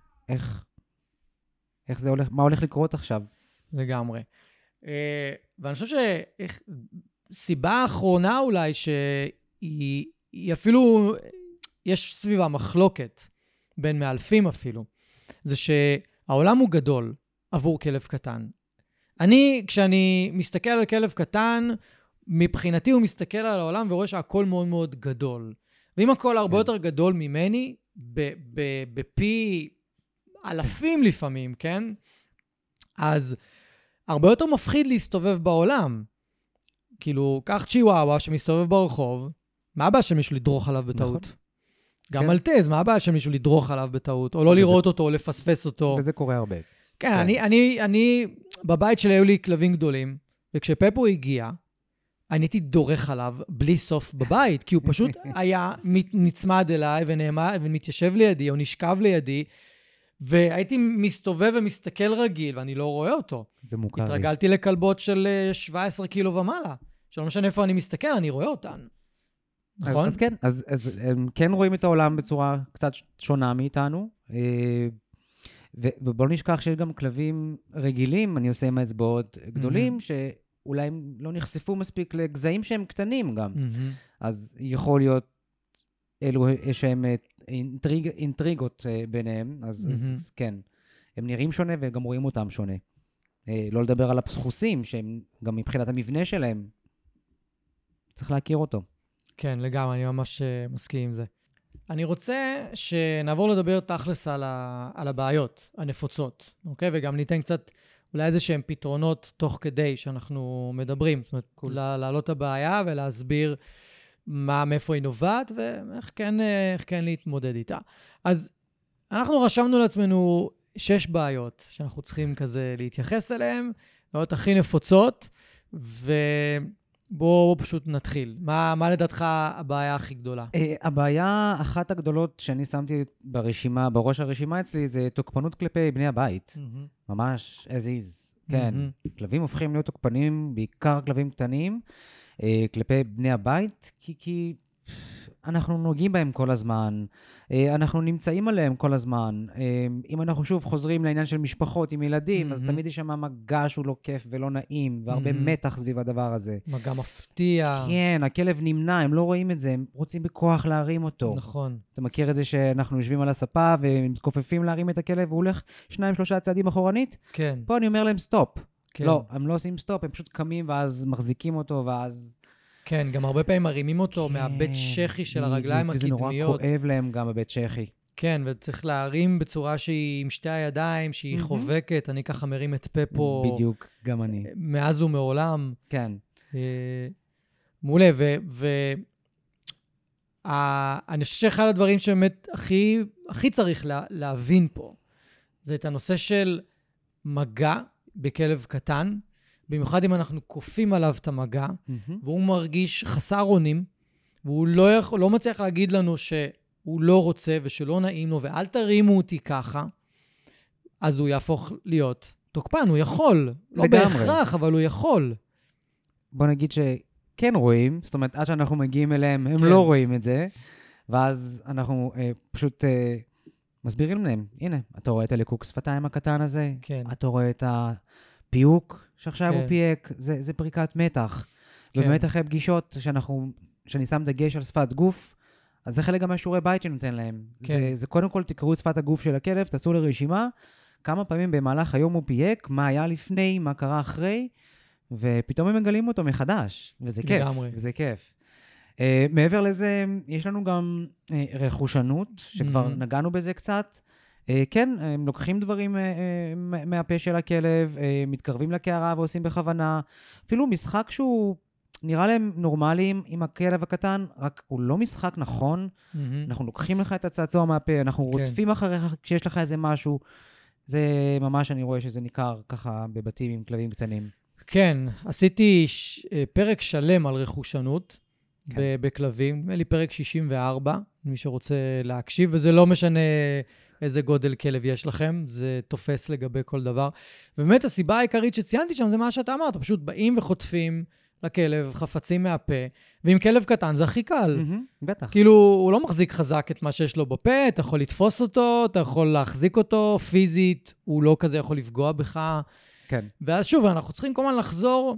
איך זה הולך, מה הולך לקרות עכשיו. לגמרי. ואני חושב סיבה האחרונה אולי שהיא אפילו, יש סביבה מחלוקת בין מאלפים אפילו, זה שהעולם הוא גדול עבור כלב קטן. כשאני מסתכל על כלב קטן, מבחינתי הוא מסתכל על העולם ורואה שהכל מאוד מאוד גדול. ואם הכל הרבה יותר גדול ממני, בפי אלפים לפעמים, כן? אז הרבה יותר מפחיד להסתובב בעולם. כאילו, קח צ'יוואווה שמסתובב ברחוב, מה הבעיה של מישהו לדרוך עליו בטעות? גם מלטז, מה הבעיה של מישהו לדרוך עליו בטעות? או לא לראות אותו, או לפספס אותו. וזה קורה הרבה. כן, אני בבית שלי היו לי כלבים גדולים, וכשפפו הגיע, אני הייתי דורך עליו בלי סוף בבית, כי הוא פשוט היה נצמד אליי ומתיישב לידי, או נשכב לידי, והייתי מסתובב ומסתכל רגיל, ואני לא רואה אותו. זה מוכר לי. התרגלתי לכלבות של 17 קילו ומעלה. שלא משנה איפה אני מסתכל, אני רואה אותן. נכון? אז כן, אז הם כן רואים את העולם בצורה קצת שונה מאיתנו, ובואו נשכח שיש גם כלבים רגילים, אני עושה עם האצבעות גדולים, שאולי הם לא נחשפו מספיק לגזעים שהם קטנים גם. אז יכול להיות אלו שהם אינטריגות ביניהם, אז כן, הם נראים שונה וגם רואים אותם שונה. לא לדבר על הפסחוסים, שהם גם מבחינת המבנה שלהם, צריך להכיר אותו. כן, לגמרי, אני ממש מסכים עם זה. אני רוצה שנעבור לדבר תכלס על הבעיות הנפוצות, אוקיי? וגם ניתן קצת אולי איזה שהם פתרונות תוך כדי שאנחנו מדברים. זאת אומרת, להעלות את הבעיה ולהסביר מאיפה היא נובעת ואיך כן להתמודד איתה. אז אנחנו רשמנו לעצמנו 6 בעיות שאנחנו צריכים כזה להתייחס אליהן, הבעיות הכי נפוצות, ובואו פשוט נתחיל. מה לדעתך הבעיה הכי גדולה? הבעיה, אחת הגדולות שאני שמתי בראש הרשימה אצלי, זה תוקפנות כלפי בני הבית. ממש as is. כן, כלבים הופכים להיות תוקפנים, בעיקר כלבים קטנים, כלפי בני הבית, כי אנחנו נוגעים בהם כל הזמן, אנחנו נמצאים עליהם כל הזמן. אם אנחנו שוב חוזרים לעניין של משפחות עם ילדים, אז תמיד יש שם מגע שהוא לא כיף ולא נעים, והרבה מתח סביב הדבר הזה. מגע מפתיע. כן, הכלב נמנע, הם לא רואים את זה, הם רוצים בכוח להרים אותו. נכון. אתה מכיר את זה שאנחנו יושבים על הספה ומתכופפים להרים את הכלב, והוא הולך 2-3 צעדים אחורנית? כן. פה אני אומר להם סטופ. כן. לא, הם לא עושים סטופ, הם פשוט קמים ואז מחזיקים אותו ואז... כן, גם הרבה פעמים מרימים אותו מהבית שכי של הרגליים הקדמיות. וזה נורא כואב להם גם בבית שכי. כן, וצריך להרים בצורה שהיא עם שתי הידיים, שהיא חובקת. אני ככה מרים את פה פה. בדיוק, גם אני. מאז ומעולם. כן. מעולה, אני חושב שאחד הדברים שבאמת הכי צריך להבין פה, זה את הנושא של מגע בכלב קטן, במיוחד אם אנחנו כופים עליו את המגע, והוא מרגיש חסר אונים, והוא לא מצליח להגיד לנו שהוא לא רוצה ושלא נעים לו, ואל תרימו אותי ככה, אז הוא יהפוך להיות תוקפן, הוא יכול. לא בהכרח, אבל הוא יכול. בוא נגיד שכן רואים, זאת אומרת, עד שאנחנו מגיעים אליהם, הם לא רואים את זה, ואז אנחנו פשוט מסבירים להם, הנה, אתה רואה את הליקוק שפתיים הקטן הזה, אתה רואה את פיוק, שעכשיו הוא פייק, זה פריקת מתח. ובאמת אחרי פגישות שאני שם דגש על שפת גוף, אז זה חלק גם מהשיעורי בית שנותן להם. זה קודם כל תקראו את שפת הגוף של הכלב, תעשו לרשימה, כמה פעמים במהלך היום הוא פייק, מה היה לפני, מה קרה אחרי, ופתאום הם מגלים אותו מחדש, וזה כיף. וזה כיף. מעבר לזה, יש לנו גם רכושנות, שכבר נגענו בזה קצת, כן, הם לוקחים דברים מהפה של הכלב, מתקרבים לקערה ועושים בכוונה. אפילו משחק שהוא נראה להם נורמליים עם הכלב הקטן, רק הוא לא משחק נכון. אנחנו לוקחים לך את הצעצוע מהפה, אנחנו רודפים אחריך כשיש לך איזה משהו. זה ממש, אני רואה שזה ניכר ככה בבתים עם כלבים קטנים. כן, עשיתי פרק שלם על רכושנות בכלבים. נדמה לי פרק 64, מי שרוצה להקשיב, וזה לא משנה איזה גודל כלב יש לכם, זה תופס לגבי כל דבר. ובאמת הסיבה העיקרית שציינתי שם זה מה שאתה אמרת, פשוט באים וחוטפים לכלב חפצים מהפה, ועם כלב קטן זה הכי קל. בטח. כאילו, הוא לא מחזיק חזק את מה שיש לו בפה, אתה יכול לתפוס אותו, אתה יכול להחזיק אותו, פיזית, הוא לא כזה יכול לפגוע בך. כן. ואז שוב, אנחנו צריכים כל הזמן לחזור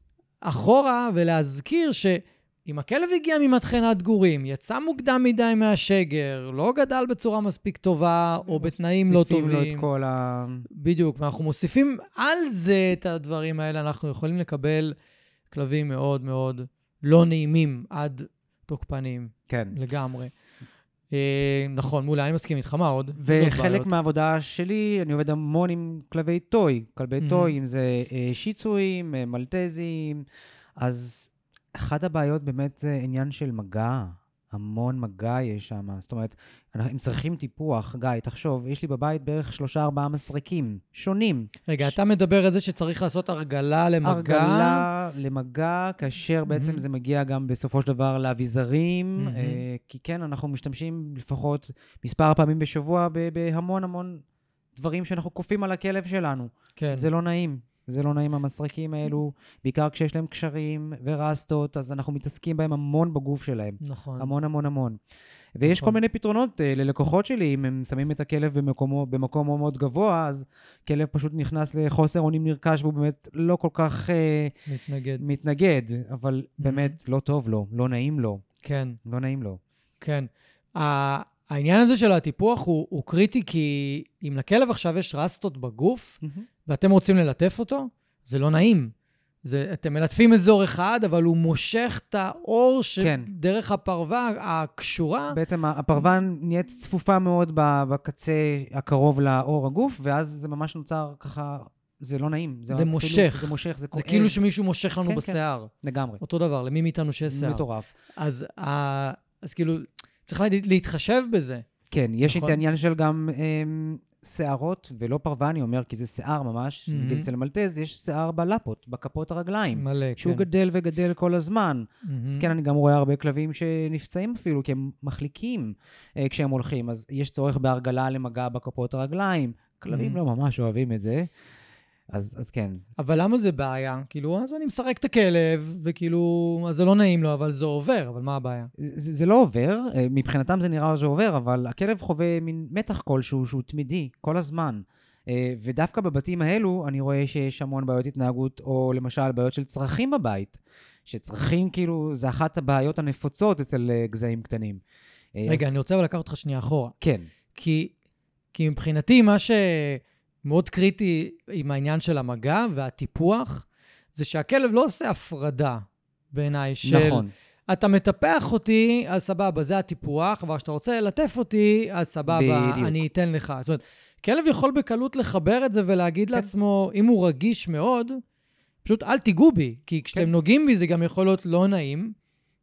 אחורה ולהזכיר אם הכלב הגיע ממטחנת גורים, יצא מוקדם מדי מהשגר, לא גדל בצורה מספיק טובה, או בתנאים לא טובים. מוסיפים לו את כל בדיוק, ואנחנו מוסיפים על זה את הדברים האלה, אנחנו יכולים לקבל כלבים מאוד מאוד לא נעימים עד תוקפנים. כן. לגמרי. נכון, מולה, אני מסכים איתך, מה עוד? וחלק מהעבודה שלי, אני עובד המון עם כלבי טוי, כלבי טוי, אם זה שיצויים, מלטזים, אז אחת הבעיות באמת זה עניין של מגע, המון מגע יש שם, זאת אומרת, הם צריכים טיפוח, גיא, תחשוב, יש לי בבית בערך 3-4 מסרקים שונים. רגע, אתה מדבר על זה שצריך לעשות הרגלה למגע? הרגלה למגע, כאשר בעצם זה מגיע גם בסופו של דבר לאביזרים, כי כן, אנחנו משתמשים לפחות מספר פעמים בשבוע בהמון המון דברים שאנחנו כופים על הכלב שלנו. כן. זה לא נעים. זה לא נעים המסרקים האלו, בעיקר כשיש להם קשרים ורסטות, אז אנחנו מתעסקים בהם המון בגוף שלהם. נכון. המון המון המון. ויש כל מיני פתרונות ללקוחות שלי, אם הם שמים את הכלב במקום מאוד גבוה, אז כלב פשוט נכנס לחוסר אונים נרכש, והוא באמת לא כל כך מתנגד, אבל באמת לא טוב לו, לא נעים לו. כן. לא נעים לו. כן. העניין הזה של הטיפוח הוא קריטי, כי אם לכלב עכשיו יש רסטות בגוף, ואתם רוצים ללטף אותו, זה לא נעים. אתם מלטפים אזור אחד, אבל הוא מושך את האור שדרך הפרווה הקשורה. בעצם הפרווה נהיית צפופה מאוד בקצה הקרוב לאור הגוף, ואז זה ממש נוצר ככה, זה לא נעים. זה מושך. זה מושך, זה כואב. זה כאילו שמישהו מושך לנו בשיער. לגמרי. אותו דבר, למי מאיתנו שיש שיער. מטורף. אז כאילו, צריך להתחשב בזה. כן, יש את נכון? העניין של גם שערות, ולא פרווה, אני אומר, כי זה שיער ממש. נגיד אצל מלטז יש שיער בלפות, בכפות הרגליים. מלא, שהוא כן. גדל וגדל כל הזמן. אז כן, אני גם רואה הרבה כלבים שנפצעים אפילו, כי הם מחליקים כשהם הולכים. אז יש צורך בהרגלה למגע בכפות הרגליים. כלבים לא ממש אוהבים את זה. אז כן. אבל למה זה בעיה? כאילו, אז אני מסרק את הכלב, וכאילו, אז זה לא נעים לו, אבל זה עובר, אבל מה הבעיה? זה לא עובר, מבחינתם זה נראה שזה עובר, אבל הכלב חווה מין מתח כלשהו שהוא תמידי, כל הזמן. ודווקא בבתים האלו, אני רואה שיש המון בעיות התנהגות, או למשל בעיות של צרכים בבית, שצרכים כאילו, זה אחת הבעיות הנפוצות אצל גזעים קטנים. רגע, אני רוצה לקחת אותך שנייה אחורה. כן. כי מבחינתי, מה שמאוד קריטי עם העניין של המגע והטיפוח, זה שהכלב לא עושה הפרדה בעיניי של... נכון. אתה מטפח אותי, אז סבבה, זה הטיפוח, אבל כשאתה רוצה ללטף אותי, אז סבבה, בדיוק. אני אתן לך. זאת אומרת, כלב יכול בקלות לחבר את זה ולהגיד לעצמו, אם הוא רגיש מאוד, פשוט אל תיגעו בי, כי כשאתם נוגעים בי זה גם יכול להיות לא נעים,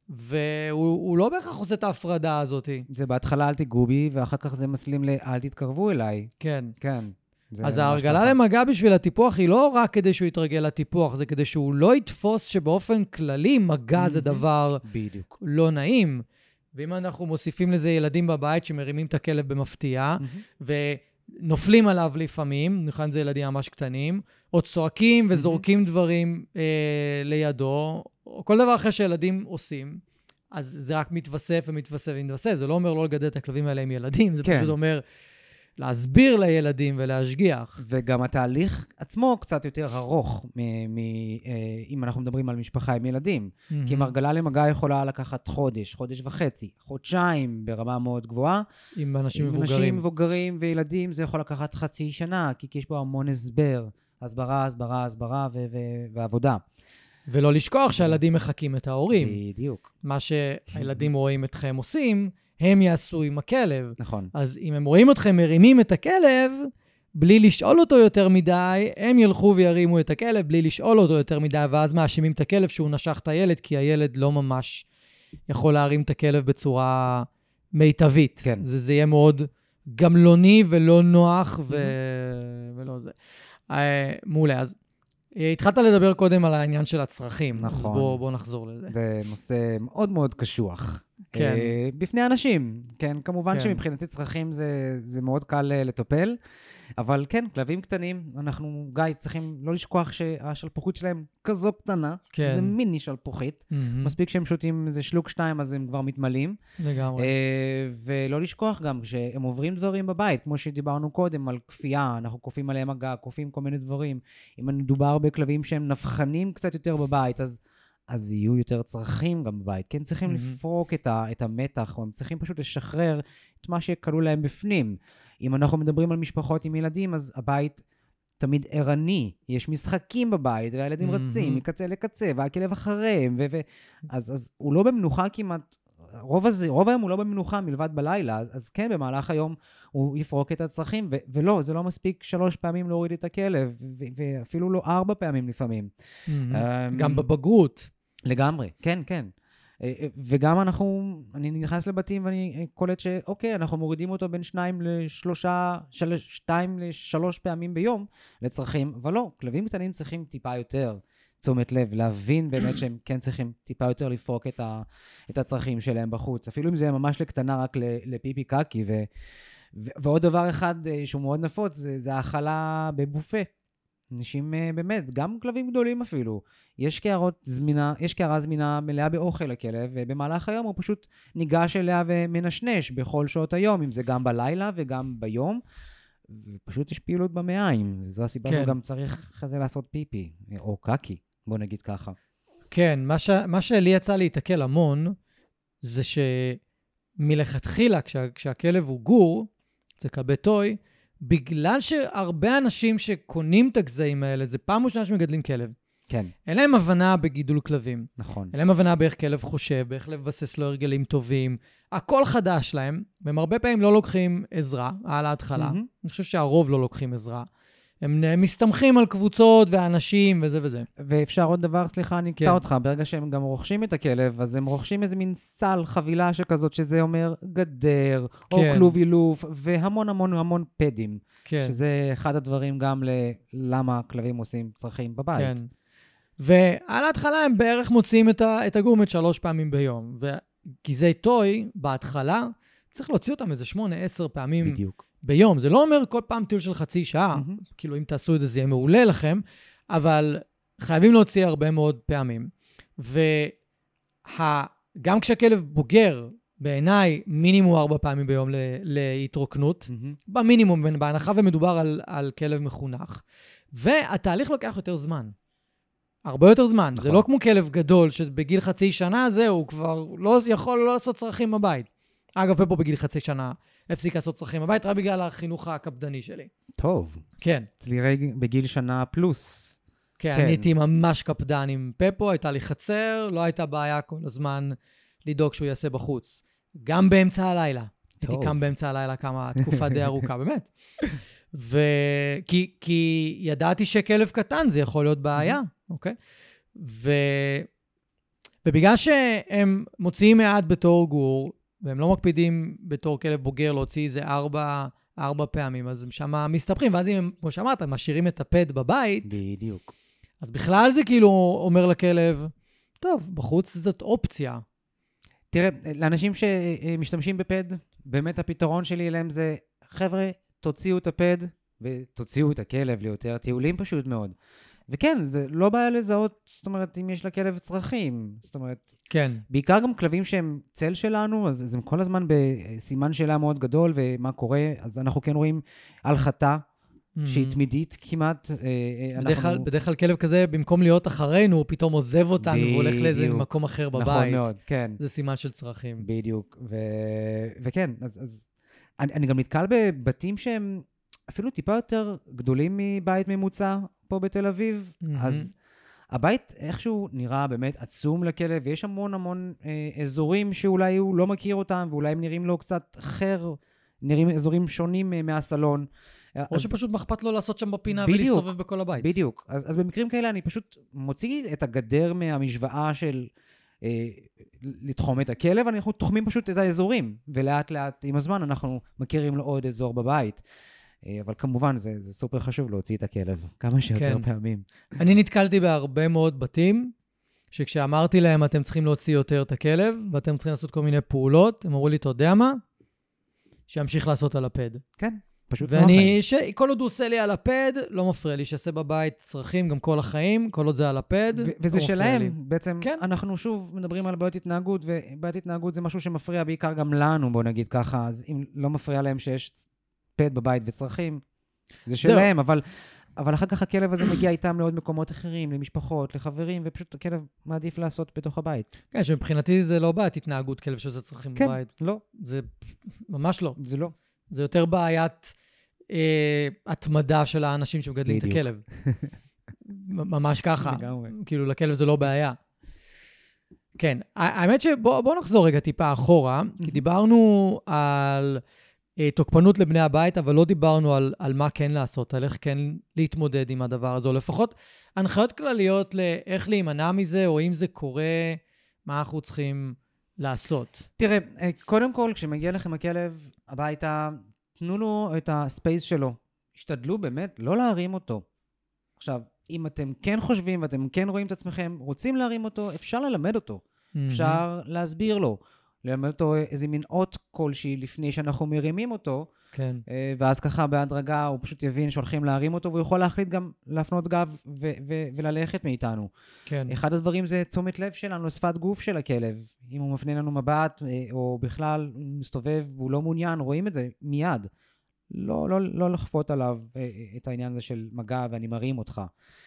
והוא לא בהכרח עושה את ההפרדה הזאת. זה בהתחלה אל תיגעו בי, ואחר כך זה מסלים לאל תתקרבו אליי. כן. כן. אז ההרגלה למגע בשביל הטיפוח היא לא רק כדי שהוא יתרגל לטיפוח, זה כדי שהוא לא יתפוס שבאופן כללי מגע זה דבר בדיוק. לא נעים. ואם אנחנו מוסיפים לזה ילדים בבית שמרימים את הכלב במפתיע, ונופלים עליו לפעמים, נכן זה ילדים ממש קטנים, או צועקים וזורקים דברים לידו, או כל דבר אחר שילדים עושים, אז זה רק מתווסף ומתווסף ומתווסף. זה לא אומר לא לגדל את הכלבים האלה עם ילדים, זה פשוט אומר להסביר לילדים ולהשגיח. וגם התהליך עצמו קצת יותר ארוך, אם אנחנו מדברים על משפחה עם ילדים. כי הרגלה למגע יכולה לקחת חודש, חודש וחצי, חודשיים ברמה מאוד גבוהה. עם אנשים מבוגרים. עם אנשים מבוגרים וילדים זה יכול לקחת חצי שנה, כי יש בו המון הסבר, הסברה ועבודה. ולא לשכוח שהילדים מחכים את ההורים. בדיוק. מה שהילדים רואים אתכם עושים, הם יעשו עם הכלב. נכון. אז אם הם רואים אתכם מרימים את הכלב, בלי לשאול אותו יותר מדי, הם ילכו וירימו את הכלב בלי לשאול אותו יותר מדי, ואז מאשימים את הכלב שהוא נשך את הילד, כי הילד לא ממש יכול להרים את הכלב בצורה מיטבית. כן. זה יהיה מאוד גמלוני ולא נוח ולא זה. מעולה, אז התחלת לדבר קודם על העניין של הצרכים. נכון. אז בוא נחזור לזה. זה נושא מאוד מאוד קשוח. כן. בפני אנשים. כן, כמובן כן. שמבחינתי צרכים זה מאוד קל לטפל, אבל כן, כלבים קטנים, אנחנו, גיא, צריכים לא לשכוח שהשלפוחית שלהם כזו קטנה, כן. זה מיני שלפוחית, מספיק שהם שותים איזה שלוק 2, אז הם כבר מתמלאים. לגמרי. ולא לשכוח גם שהם עוברים דברים בבית, כמו שדיברנו קודם על כפייה, אנחנו כופים עליהם מגע, כופים כל מיני דברים. אם מדובר בכלבים שהם נפחנים קצת יותר בבית, אז יהיו יותר צרכים גם בבית. כן, צריכים לפרוק את המתח, או הם צריכים פשוט לשחרר את מה שקלו להם בפנים. אם אנחנו מדברים על משפחות עם ילדים, אז הבית תמיד ערני. יש משחקים בבית, והילדים רצים מקצה לקצה, והכלב אחריהם, אז הוא לא במנוחה כמעט, רוב היום הוא לא במנוחה מלבד בלילה, אז כן, במהלך היום הוא יפרוק את הצרכים, ולא, זה לא מספיק 3 פעמים להוריד את הכלב, ואפילו לא 4 פעמים לפעמים. גם בבגרות. לגמרי, כן, כן. וגם אני נכנס לבתים ואני קולט שאוקיי, אנחנו מורידים אותו בין 2 ל-3 פעמים ביום לצרכים, אבל לא, כלבים קטנים צריכים טיפה יותר תשומת לב, להבין באמת שהם כן צריכים טיפה יותר לפרוק את הצרכים שלהם בחוץ, אפילו אם זה ממש לקטנה רק לפיפי קקי, ועוד דבר אחד שהוא מאוד נפוץ, זה האכלה בבופה. אנשים באמת, גם כלבים גדולים אפילו, יש קערה זמינה מלאה באוכל לכלב, ובמהלך היום הוא פשוט ניגש אליה ומנשנש בכל שעות היום, אם זה גם בלילה וגם ביום, ופשוט יש פעילות במעיים, זו הסיבה שהוא גם צריך אחרי לעשות פיפי, או קקי, בוא נגיד ככה. כן, מה שלי יצא להתקל המון, זה שמלכתחילה, כשהכלב הוא גור, זה כלבי טוי, בגלל שהרבה אנשים שקונים את הגזעים האלה, זה פעם ראשונה שמגדלים כלב. כן. אין להם הבנה בגידול כלבים. נכון. אין להם הבנה באיך כלב חושב, באיך לבסס לו הרגלים טובים. הכל חדש להם, והם הרבה פעמים לא לוקחים עזרה על ההתחלה. אני חושב שהרוב לא לוקחים עזרה. הם מסתמכים על קבוצות ואנשים וזה וזה. ואפשר עוד דבר, סליחה, אני אקטע אותך, ברגע שהם גם רוכשים את הכלב, אז הם רוכשים איזה מין סל חבילה שכזאת, שזה אומר גדר, או כלוב אילוף, והמון המון המון פדים. שזה אחד הדברים גם ללמה כלבים עושים צרכים בבית. כן. ועל ההתחלה הם בערך מוציאים את הגורמט 3 פעמים ביום. וגזעי טוי, בהתחלה, צריך להוציא אותם איזה 8-10 פעמים ביום. זה לא אומר כל פעם טיול של חצי שעה, כאילו אם תעשו את זה, זה יהיה מעולה לכם, אבל חייבים להוציא הרבה מאוד פעמים. וגם כשהכלב בוגר, בעיניי, מינימום 4 פעמים ביום להתרוקנות, במינימום, בהנחה ומדובר על כלב מחונך. והתהליך לוקח יותר זמן. הרבה יותר זמן. זה לא כמו כלב גדול, שבגיל חצי שנה זהו, הוא כבר לא יכול לא לעשות צרכים בבית. אגב, פה בגיל חצי שנה הפסיק לעשות צרכים בבית, רק בגלל החינוך הקפדני שלי. טוב. כן. אצלי בגיל שנה פלוס. כן, אני הייתי ממש קפדן עם פפו, הייתה לי חצר, לא הייתה בעיה כל הזמן לדאוג שהוא יעשה בחוץ. גם באמצע הלילה. הייתי קם באמצע הלילה כמה תקופה די ארוכה, באמת. כי ידעתי שכלב קטן זה יכול להיות בעיה, אוקיי? ובגלל שהם מוציאים מעט בתור גור, והם לא מקפידים בתור כלב בוגר להוציא איזה 4 פעמים, אז הם שם מסתבכים, ואז אם, כמו שאמרת, משאירים את הפד בבית, בדיוק. אז בכלל זה כאילו אומר לכלב, טוב, בחוץ זאת אופציה. תראה, לאנשים שמשתמשים בפד, באמת הפתרון שלי אליהם זה, חבר'ה, תוציאו את הפד ותוציאו את הכלב ליותר טיולים פשוט מאוד. וכן, זה לא בעיה לזהות, זאת אומרת, אם יש לכלב צרכים, זאת אומרת, כן. בעיקר גם כלבים שהם צל שלנו, אז הם כל הזמן בסימן שאלה מאוד גדול, ומה קורה, אז אנחנו כן רואים הלחתה, שהיא תמידית כמעט. בדרך כלל כלב כזה, במקום להיות אחרינו, הוא פתאום עוזב אותנו, והולך לאיזה מקום אחר בבית. נכון מאוד, כן. זה סימן של צרכים. בדיוק, וכן, אז אני גם נתקל בבתים שהם אפילו טיפה יותר גדולים מבית ממוצע פה בתל אביב, אז הבית איכשהו נראה באמת עצום לכלב, ויש המון המון אזורים שאולי הוא לא מכיר אותם, ואולי הם נראים לו קצת אחר, נראים אזורים שונים מהסלון. או שפשוט מחפת לו לעשות שם בפינה ולהסתובב בכל הבית. בדיוק. אז במקרים כאלה אני פשוט מוציא את הגדר מהמשוואה של לתחום את הכלב, אנחנו תוחמים פשוט את האזורים, ולאט לאט עם הזמן אנחנו מכירים לו עוד אזור בבית. אבל כמובן זה סופר חשוב להוציא את הכלב כמה שיותר פעמים. אני נתקלתי בהרבה מאוד בתים, שכשאמרתי להם אתם צריכים להוציא יותר את הכלב, ואתם צריכים לעשות כל מיני פעולות, הם אמרו לי, אתה יודע מה? שימשיך לעשות על הפד. כן, פשוט ואני, כל עוד הוא עושה לי על הפד, לא מפריע לי, שעשה בבית צרכים גם כל החיים, כל עוד זה על הפד, וזה שלהם, בעצם אנחנו שוב מדברים על בעיות התנהגות, ובעיות התנהגות זה משהו שמפריע בעיקר גם לנו, בוא נגיד ככה, אז אם לא מפריע להם שיש פד בבית וצרכים, זה שלהם, אבל אחר כך הכלב הזה מגיע איתם לעוד מקומות אחרים, למשפחות, לחברים, ופשוט הכלב מעדיף לעשות בתוך הבית. כן, שמבחינתי זה לא בעיית התנהגות כלב שעושה צרכים בבית. כן, לא. זה ממש לא. זה לא. זה יותר בעיית התמדה של האנשים שמגדלים את הכלב. ממש ככה. כאילו, לכלב זה לא בעיה. כן, האמת שבוא נחזור רגע טיפה אחורה, כי דיברנו על תוקפנות לבני הבית, אבל לא דיברנו על מה כן לעשות, על איך כן להתמודד עם הדבר הזה, או לפחות הנחיות כלליות לאיך להימנע מזה, או אם זה קורה, מה אנחנו צריכים לעשות. תראה, קודם כל, כשמגיע לכם הכלב הביתה, תנו לו את הספייס שלו. השתדלו באמת לא להרים אותו. עכשיו, אם אתם כן חושבים ואתם כן רואים את עצמכם, רוצים להרים אותו, אפשר ללמד אותו. אפשר להסביר לו. ללמד אותו איזה מין אות כלשהי לפני שאנחנו מרימים אותו, כן. ואז ככה בהדרגה הוא פשוט יבין שהולכים להרים אותו, והוא יכול להחליט גם להפנות גב וללכת מאיתנו. כן. אחד הדברים זה תשומת לב שלנו, לשפת גוף של הכלב. אם הוא מפנה לנו מבט, או בכלל מסתובב והוא לא מעוניין, רואים את זה מיד. לא לחפות עליו את העניין הזה של מגע ואני מרים אותך.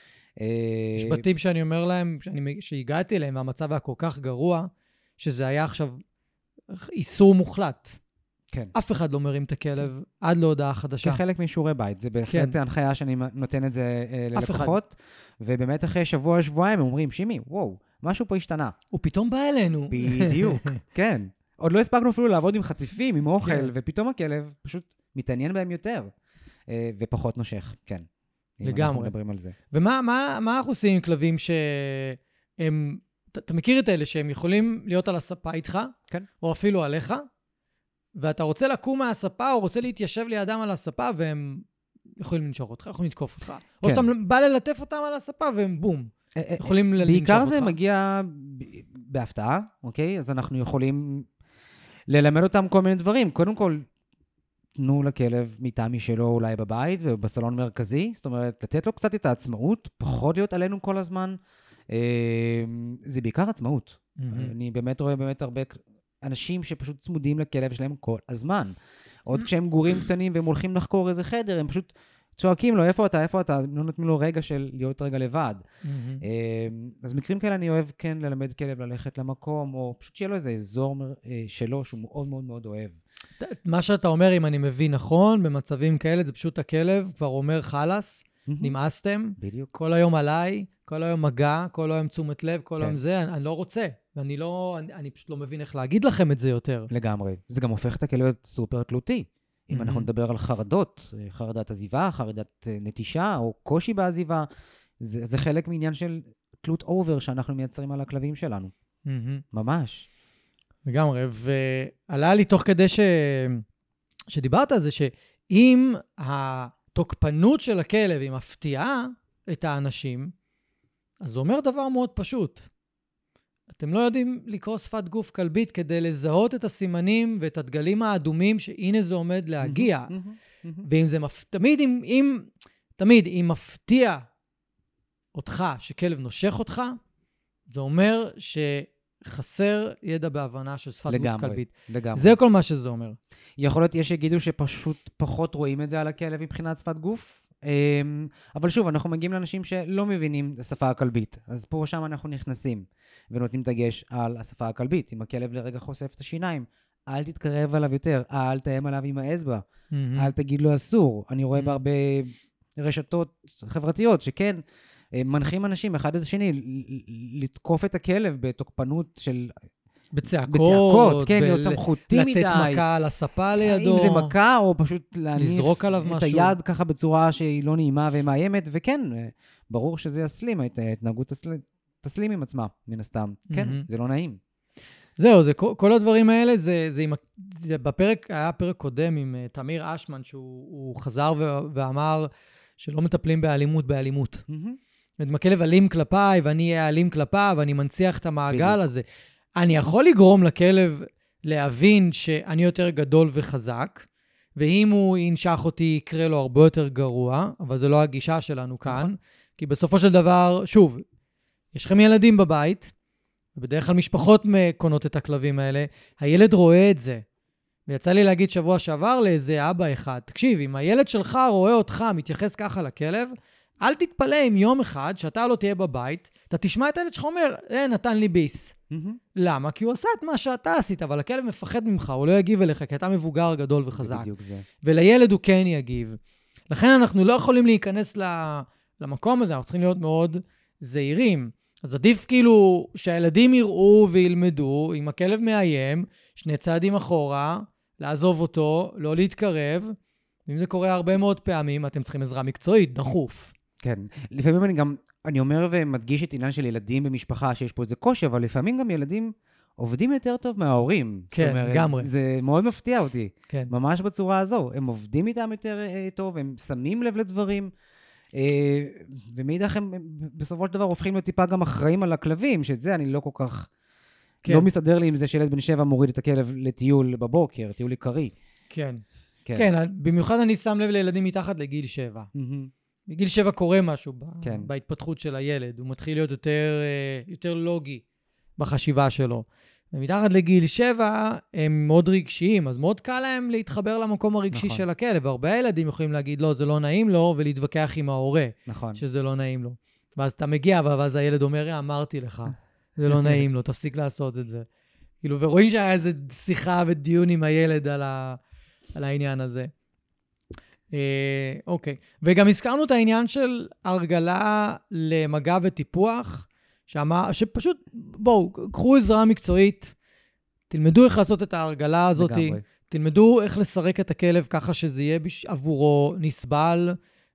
יש בתים שאני אומר להם, שהגעתי אליהם והמצב היה כל כך גרוע, שזה היה עכשיו איסור מוחלט. כן. אף אחד לא מרים את הכלב עד להודעה חדשה. כחלק משיעורי בית. זה בהחלט הנחיה שאני נותן את זה ללקוחות. ובאמת אחרי שבוע-שבועיים הם אומרים, שימי, וואו, משהו פה השתנה. הוא פתאום בא אלינו. בדיוק, כן. עוד לא הספקנו אפילו לעבוד עם חטיפים, עם אוכל, ופתאום הכלב פשוט מתעניין בהם יותר. ופחות נושך, כן. אם אנחנו מדברים על זה. ומה אנחנו עושים עם כלבים שהם, אתה מכיר את אלה שהם יכולים להיות על הספה איתך, כן. או אפילו עליך, ואתה רוצה לקום מהספה, או רוצה להתיישב לידם על הספה, והם יכולים לנשוך אותך, יכולים לתקוף אותך. או שאתה בא ללטף אותם על הספה, והם בום. יכולים לנשוך אותך. בעיקר זה מגיע בהפתעה, אוקיי? אז אנחנו יכולים ללמד אותם כל מיני דברים. קודם כל, תנו לכלב מיטה משלו אולי בבית ובסלון מרכזי, זאת אומרת, לתת לו קצת את העצמאות, פחות להיות עלינו כל הזמן. זה בעיקר עצמאות. אני באמת רואה הרבה אנשים שפשוט צמודים לכלב שלהם כל הזמן. עוד כשהם גורים קטנים והם הולכים לחקור איזה חדר, הם פשוט צועקים לו, איפה אתה? לא נותנים לו רגע של להיות רגע לבד. אז מקרים כאלה אני אוהב כן ללמד כלב ללכת למקום, או פשוט שיהיה לו איזה אזור שלו שהוא מאוד מאוד מאוד אוהב. מה שאתה אומר, אם אני מבין נכון, במצבים כאלה, זה פשוט הכלב כבר אומר חלס, נמאסתם, בדיוק. כל היום עליי, כל היום מגע, כל היום תשומת לב, כל היום זה, אני לא רוצה. אני פשוט לא מבין איך להגיד לכם את זה יותר. לגמרי. זה גם הופך את הכלב סופר תלותי. אם אנחנו נדבר על חרדות, חרדת עזיבה, חרדת נטישה, או קושי בעזיבה, זה חלק מעניין של תלות אובר שאנחנו מייצרים על הכלבים שלנו. ממש. לגמרי, ועלה לי תוך כדי שדיברת על זה, שאם התוקפנות של הכלב היא מפתיעה את האנשים, אז זה אומר דבר מאוד פשוט. אתם לא יודעים לקרוא שפת גוף כלבית כדי לזהות את הסימנים ואת הדגלים האדומים שהנה זה עומד להגיע. ואם זה תמיד, אם מפתיע אותך שכלב נושך אותך, זה אומר שחסר ידע בהבנה של שפת גוף כלבית. לגמרי. זה כל מה שזה אומר. יכול להיות, יש שיגידו שפשוט פחות רואים את זה על הכלב מבחינת שפת גוף, אבל שוב, אנחנו מגיעים לאנשים שלא מבינים את השפה הכלבית, אז פה ושם אנחנו נכנסים ונותנים דגש על השפה הכלבית. אם הכלב לרגע חושף את השיניים, אל תתקרב עליו יותר, אל תאם עליו עם האצבע, אל תגיד לו אסור. אני רואה בהרבה רשתות חברתיות שכן מנחים אנשים אחד את השני לתקוף את הכלב בתוקפנות של בצעקות, כן, להיות סמכותי מדי. לתת מכה על הספה לידו. אם זה מכה, או פשוט לזרוק עליו משהו. את היד ככה בצורה שהיא לא נעימה ומאיימת, וכן, ברור שזה יסלים, את ההתנהגות תסלים עם עצמה, מן הסתם. כן, זה לא נעים. זהו, כל הדברים האלה, זה בפרק, היה פרק קודם עם תמיר אשמן, שהוא חזר ואמר שלא מטפלים באלימות. אם הכלב אלים כלפיי, ואני אהיה אלים כלפיו, ואני מנציח את המעגל הזה. אני יכול לגרום לכלב להבין שאני יותר גדול וחזק, ואם הוא ינשך אותי יקרה לו הרבה יותר גרוע, אבל זה לא הגישה שלנו כאן, כי בסופו של דבר, שוב, יש לכם ילדים בבית, ובדרך כלל משפחות קונות את הכלבים האלה, הילד רואה את זה, ויצא לי להגיד שבוע שעבר לאיזה אבא אחד, תקשיב, אם הילד שלך רואה אותך מתייחס ככה לכלב, אל תתפלא אם יום אחד, שאתה לא תהיה בבית, אתה תשמע את הילד שלך אומר, נתן לי ביס. למה? כי הוא עשה את מה שאתה עשית, אבל הכלב מפחד ממך, הוא לא יגיב אליך, כי אתה מבוגר גדול וחזק. זה בדיוק זה. ולילד הוא כן יגיב. לכן אנחנו לא יכולים להיכנס למקום הזה, אנחנו צריכים להיות מאוד זהירים. אז עדיף כאילו שהילדים יראו וילמדו, אם הכלב מאיים, 2 צעדים אחורה, לעזוב אותו, לא להתקרב. אם זה קורה הרבה מאוד פעמים, אתם צריכים עזרה מקצועית, דחוף. כן. לפעמים אני אומר ומדגיש את עניין של ילדים במשפחה, שיש פה איזה קושי, אבל לפעמים גם ילדים עובדים יותר טוב מההורים. כן, לגמרי. זה מאוד מפתיע אותי. כן. ממש בצורה הזו. הם עובדים איתם יותר טוב, הם שמים לב לדברים, ומאידך הם בסופו של דבר הופכים להיות טיפה גם אחראים על הכלבים, שאת זה אני לא כל כך, לא מסתדר לי עם זה שילד בן 7 מוריד את הכלב לטיול בבוקר, טיול עיקרי. כן. כן, במיוחד אני שם לב לילדים מתחת לגיל 7. בגיל 7 קורה משהו בהתפתחות של הילד, הוא מתחיל להיות יותר לוגי בחשיבה שלו. ומתחת לגיל 7 הם מאוד רגשיים, אז מאוד קל להם להתחבר למקום הרגשי של הכלב, והרבה ילדים יכולים להגיד, לא, זה לא נעים לו, ולהתווכח עם ההורה, שזה לא נעים לו. ואז אתה מגיע, ואז הילד אומר, אמרתי לך, זה לא נעים לו, תפסיק לעשות את זה. כאילו, ורואים שהיה איזו שיחה ודיון עם הילד על העניין הזה. אוקיי. וגם הזכרנו את העניין של הרגלה למגע וטיפוח, שפשוט, בואו, קחו עזרה מקצועית, תלמדו איך לעשות את ההרגלה הזאת, תלמדו איך לסרק את הכלב ככה שזה יהיה עבורו נסבל,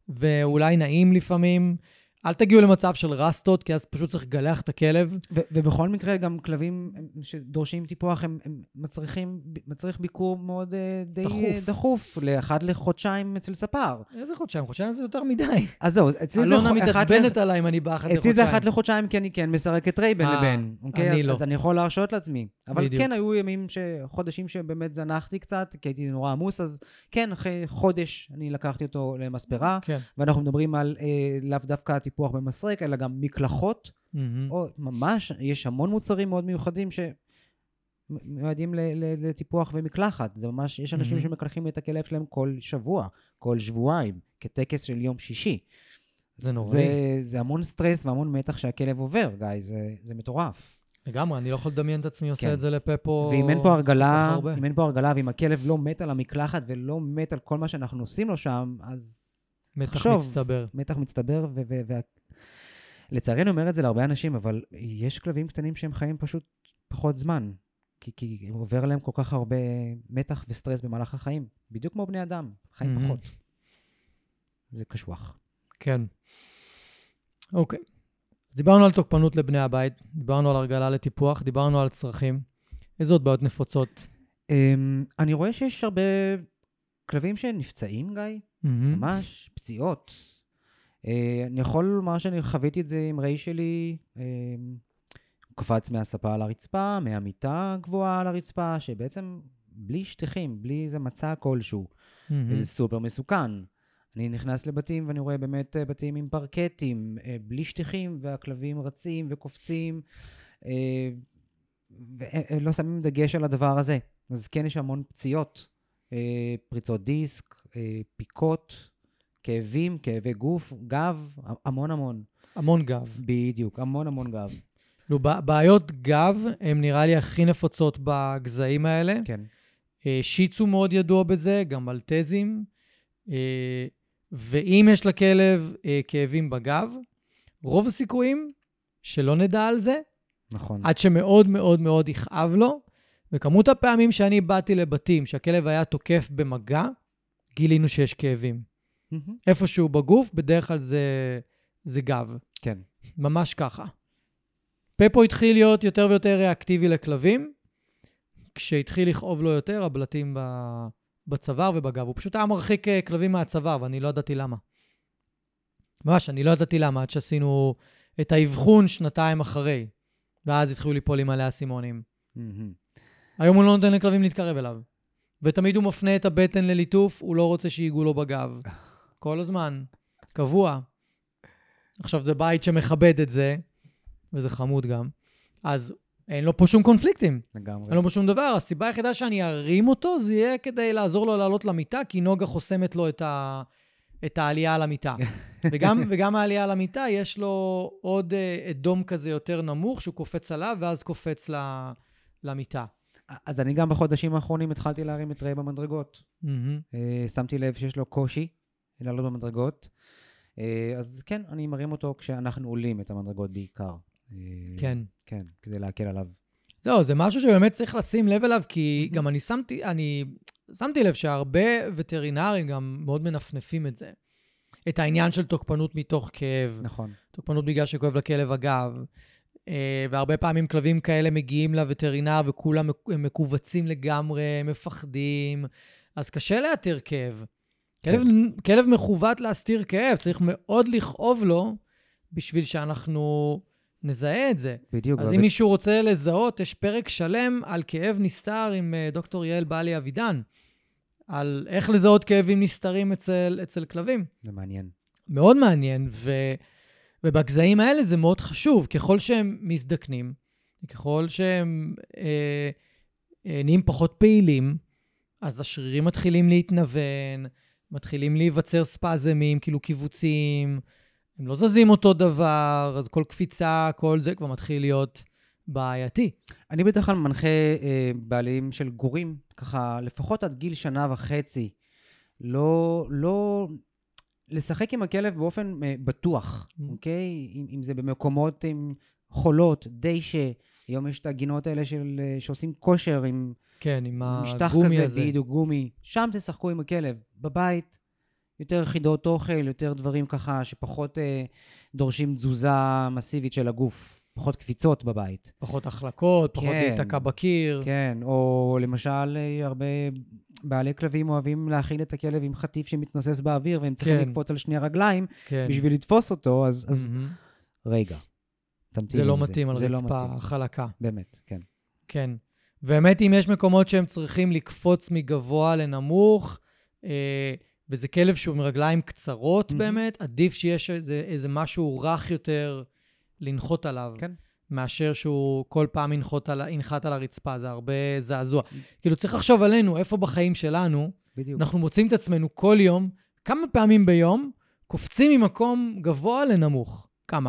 ואולי נעים לפעמים. אל תגיעו למצב של רסטות, כי אז פשוט צריך לגלח את הכלב. ובכל מקרה, גם כלבים שדורשים טיפוח, הם מצריך ביקור מאוד די דחוף, לאחד לחודשיים אצל ספר. איזה חודשיים? חודשיים זה יותר מדי. אז זהו, אלונה מתעצבנת עליי אם אני בא אחת לחודשיים. אצלי זה אחת לחודשיים, כי אני כן מסרק את ריי בין לבין. אני לא. אז אני יכול להרשות לעצמי. אבל כן, היו ימים, חודשים שבאמת זנחתי קצת, כי הייתי נורא עמוס, אז כן, אחרי חודש אני לקחתי אותו למספרה, ואנחנו מדברים על לאו דווקא טיפוח במסרק, אלא גם מקלחות, או ממש, יש המון מוצרים מאוד מיוחדים שמיועדים לטיפוח ומקלחת. זה ממש, יש אנשים שמקלחים את הכלב שלהם כל שבוע, כל שבועיים, כטקס של יום שישי. זה נוראי. זה המון סטרס והמון מתח שהכלב עובר, גיא, זה מטורף. לגמרי, אני לא יכול לדמיין את עצמי עושה את זה לפפו. ואם אין פה הרגלה, ואם הכלב לא מת על המקלחת ולא מת על כל מה שאנחנו עושים לו שם, אז מתח מצטבר. מתח מצטבר, לצערנו אומר את זה להרבה אנשים, אבל יש כלבים קטנים שהם חיים פשוט פחות זמן, כי עובר להם כל כך הרבה מתח וסטרס במהלך החיים, בדיוק כמו בני אדם, חיים פחות. זה קשוח. כן. אוקיי. דיברנו על תוקפנות לבני הבית, דיברנו על הרגלה לטיפוח, דיברנו על צרכים. איזה עוד בעיות נפוצות? אני רואה שיש הרבה כלבים שנפצעים, גיא, ממש פציעות. אני יכול לומר שאני חוויתי את זה עם ריי שלי, הוא קפץ מהספה על הרצפה, מהמיטה גבוהה על הרצפה, שבעצם בלי שטיחים, בלי איזה מצע כלשהו, וזה סופר מסוכן. אני נכנס לבתים ואני רואה באמת בתים עם פרקטים, בלי שטיחים, והכלבים רצים וקופצים, ולא שמים דגש על הדבר הזה. אז כן יש המון פציעות, פריצות דיסק, פיקות, כאבים, כאבי גוף, גב, המון המון. המון גב. בדיוק, המון גב. בעיות גב הם נראה לי הכי נפוצות בגזעים האלה. כן. שיצו מאוד ידוע בזה, גם מלטזים. ואם יש לכלב כאבים בגב, רוב הסיכויים שלא נדע על זה, נכון. עד שמאוד מאוד מאוד יכאב לו, וכמות הפעמים שאני באתי לבתים שהכלב היה תוקף במגע, גילינו שיש כאבים. איפשהו בגוף, בדרך כלל זה גב. כן. ממש ככה. פפו התחיל להיות יותר ויותר ריאקטיבי לכלבים, כשהתחיל לכאוב לו יותר, הבלטים בצוואר ובגב. הוא פשוט היה מרחיק כלבים מהצוואר, ואני לא ידעתי למה. ממש, אני לא ידעתי למה, עד שעשינו את האבחון שנתיים אחרי, ואז התחילו ליפול לי מלא הסימונים. היום הוא לא נותן לכלבים להתקרב אליו. ותמיד הוא מפנה את הבטן לליטוף, הוא לא רוצה שיגעו לו בגב. כל הזמן. קבוע. עכשיו זה בית שמכבד את זה, וזה חמוד גם. אז אין לו פה שום קונפליקטים. לגמרי. אין לו פה שום דבר. הסיבה היחידה שאני ארים אותו, זה יהיה כדי לעזור לו לעלות למיטה, כי נוגה חוסמת לו את העלייה על המיטה. וגם העלייה על המיטה, יש לו עוד אדום כזה יותר נמוך, שהוא קופץ עליו, ואז קופץ למיטה. אז אני גם בחודשים האחרונים התחלתי להרים את ריי במדרגות. שמתי לב שיש לו קושי לעלות במדרגות. אז כן, אני מרים אותו כשאנחנו עולים את המדרגות בעיקר. כן. כן, כדי להקל עליו. זהו, זה משהו שבאמת צריך לשים לב אליו, כי גם אני שמתי לב שהרבה וטרינרים גם מאוד מנפנפים את זה. את העניין של תוקפנות מתוך כאב. נכון. תוקפנות בגלל שכואב לכלב הגב. והרבה פעמים כלבים כאלה מגיעים לווטרינר וכולם מקובצים לגמרי, מפחדים. אז קשה לאתר כאב. כלב מכוות להסתיר כאב, צריך מאוד לכאוב לו בשביל שאנחנו נזהה את זה. בדיוק. אז אם מישהו רוצה לזהות, יש פרק שלם על כאב נסתר עם דוקטור יעל בעלי אבידן, על איך לזהות כאבים נסתרים אצל כלבים. זה מעניין. מאוד מעניין, ובגזעים האלה זה מאוד חשוב, ככל שהם מזדקנים, ככל שהם נהיים פחות פעילים, אז השרירים מתחילים להתנוון, מתחילים להיווצר ספזמים, כאילו קיבוצים, הם לא זזים אותו דבר, אז כל קפיצה, כל זה כבר מתחיל להיות בעייתי. אני בדרך כלל מנחה בעלים של גורים, ככה לפחות עד גיל 1.5 שנה, לא לשחק עם הכלב באופן בטוח, אוקיי? אם זה במקומות עם חולות, דשא, היום יש את הגינות האלה שעושים כושר עם... כן, עם משטח הגומי כזה, הזה. בדיוק, גומי. שם תשחקו עם הכלב. בבית, יותר חידות אוכל, יותר דברים ככה שפחות דורשים תזוזה מסיבית של הגוף, פחות קפיצות בבית. פחות החלקות, פחות כן. להיתקע בקיר. כן, או למשל הרבה בעלי כלבים אוהבים להכיל את הכלב עם חטיף שמתנוסס באוויר, והם צריכים כן. לקפוץ על שני רגליים כן. בשביל לתפוס אותו, אז רגע, תמתין זה לא עם מתאים על זה לא רצפה מתאים. חלקה. באמת, כן. כן. באמת, אם יש מקומות שהם צריכים לקפוץ מגבוה לנמוך, וזה כלב שהוא עם רגליים קצרות באמת, עדיף שיש איזה משהו רך יותר לנחות עליו, כן. מאשר שהוא כל פעם ינחת על הרצפה, זה הרבה זעזוע. כאילו צריך לחשוב עלינו, איפה בחיים שלנו, בדיוק. אנחנו מוצאים את עצמנו כל יום, כמה פעמים ביום, קופצים ממקום גבוה לנמוך. כמה?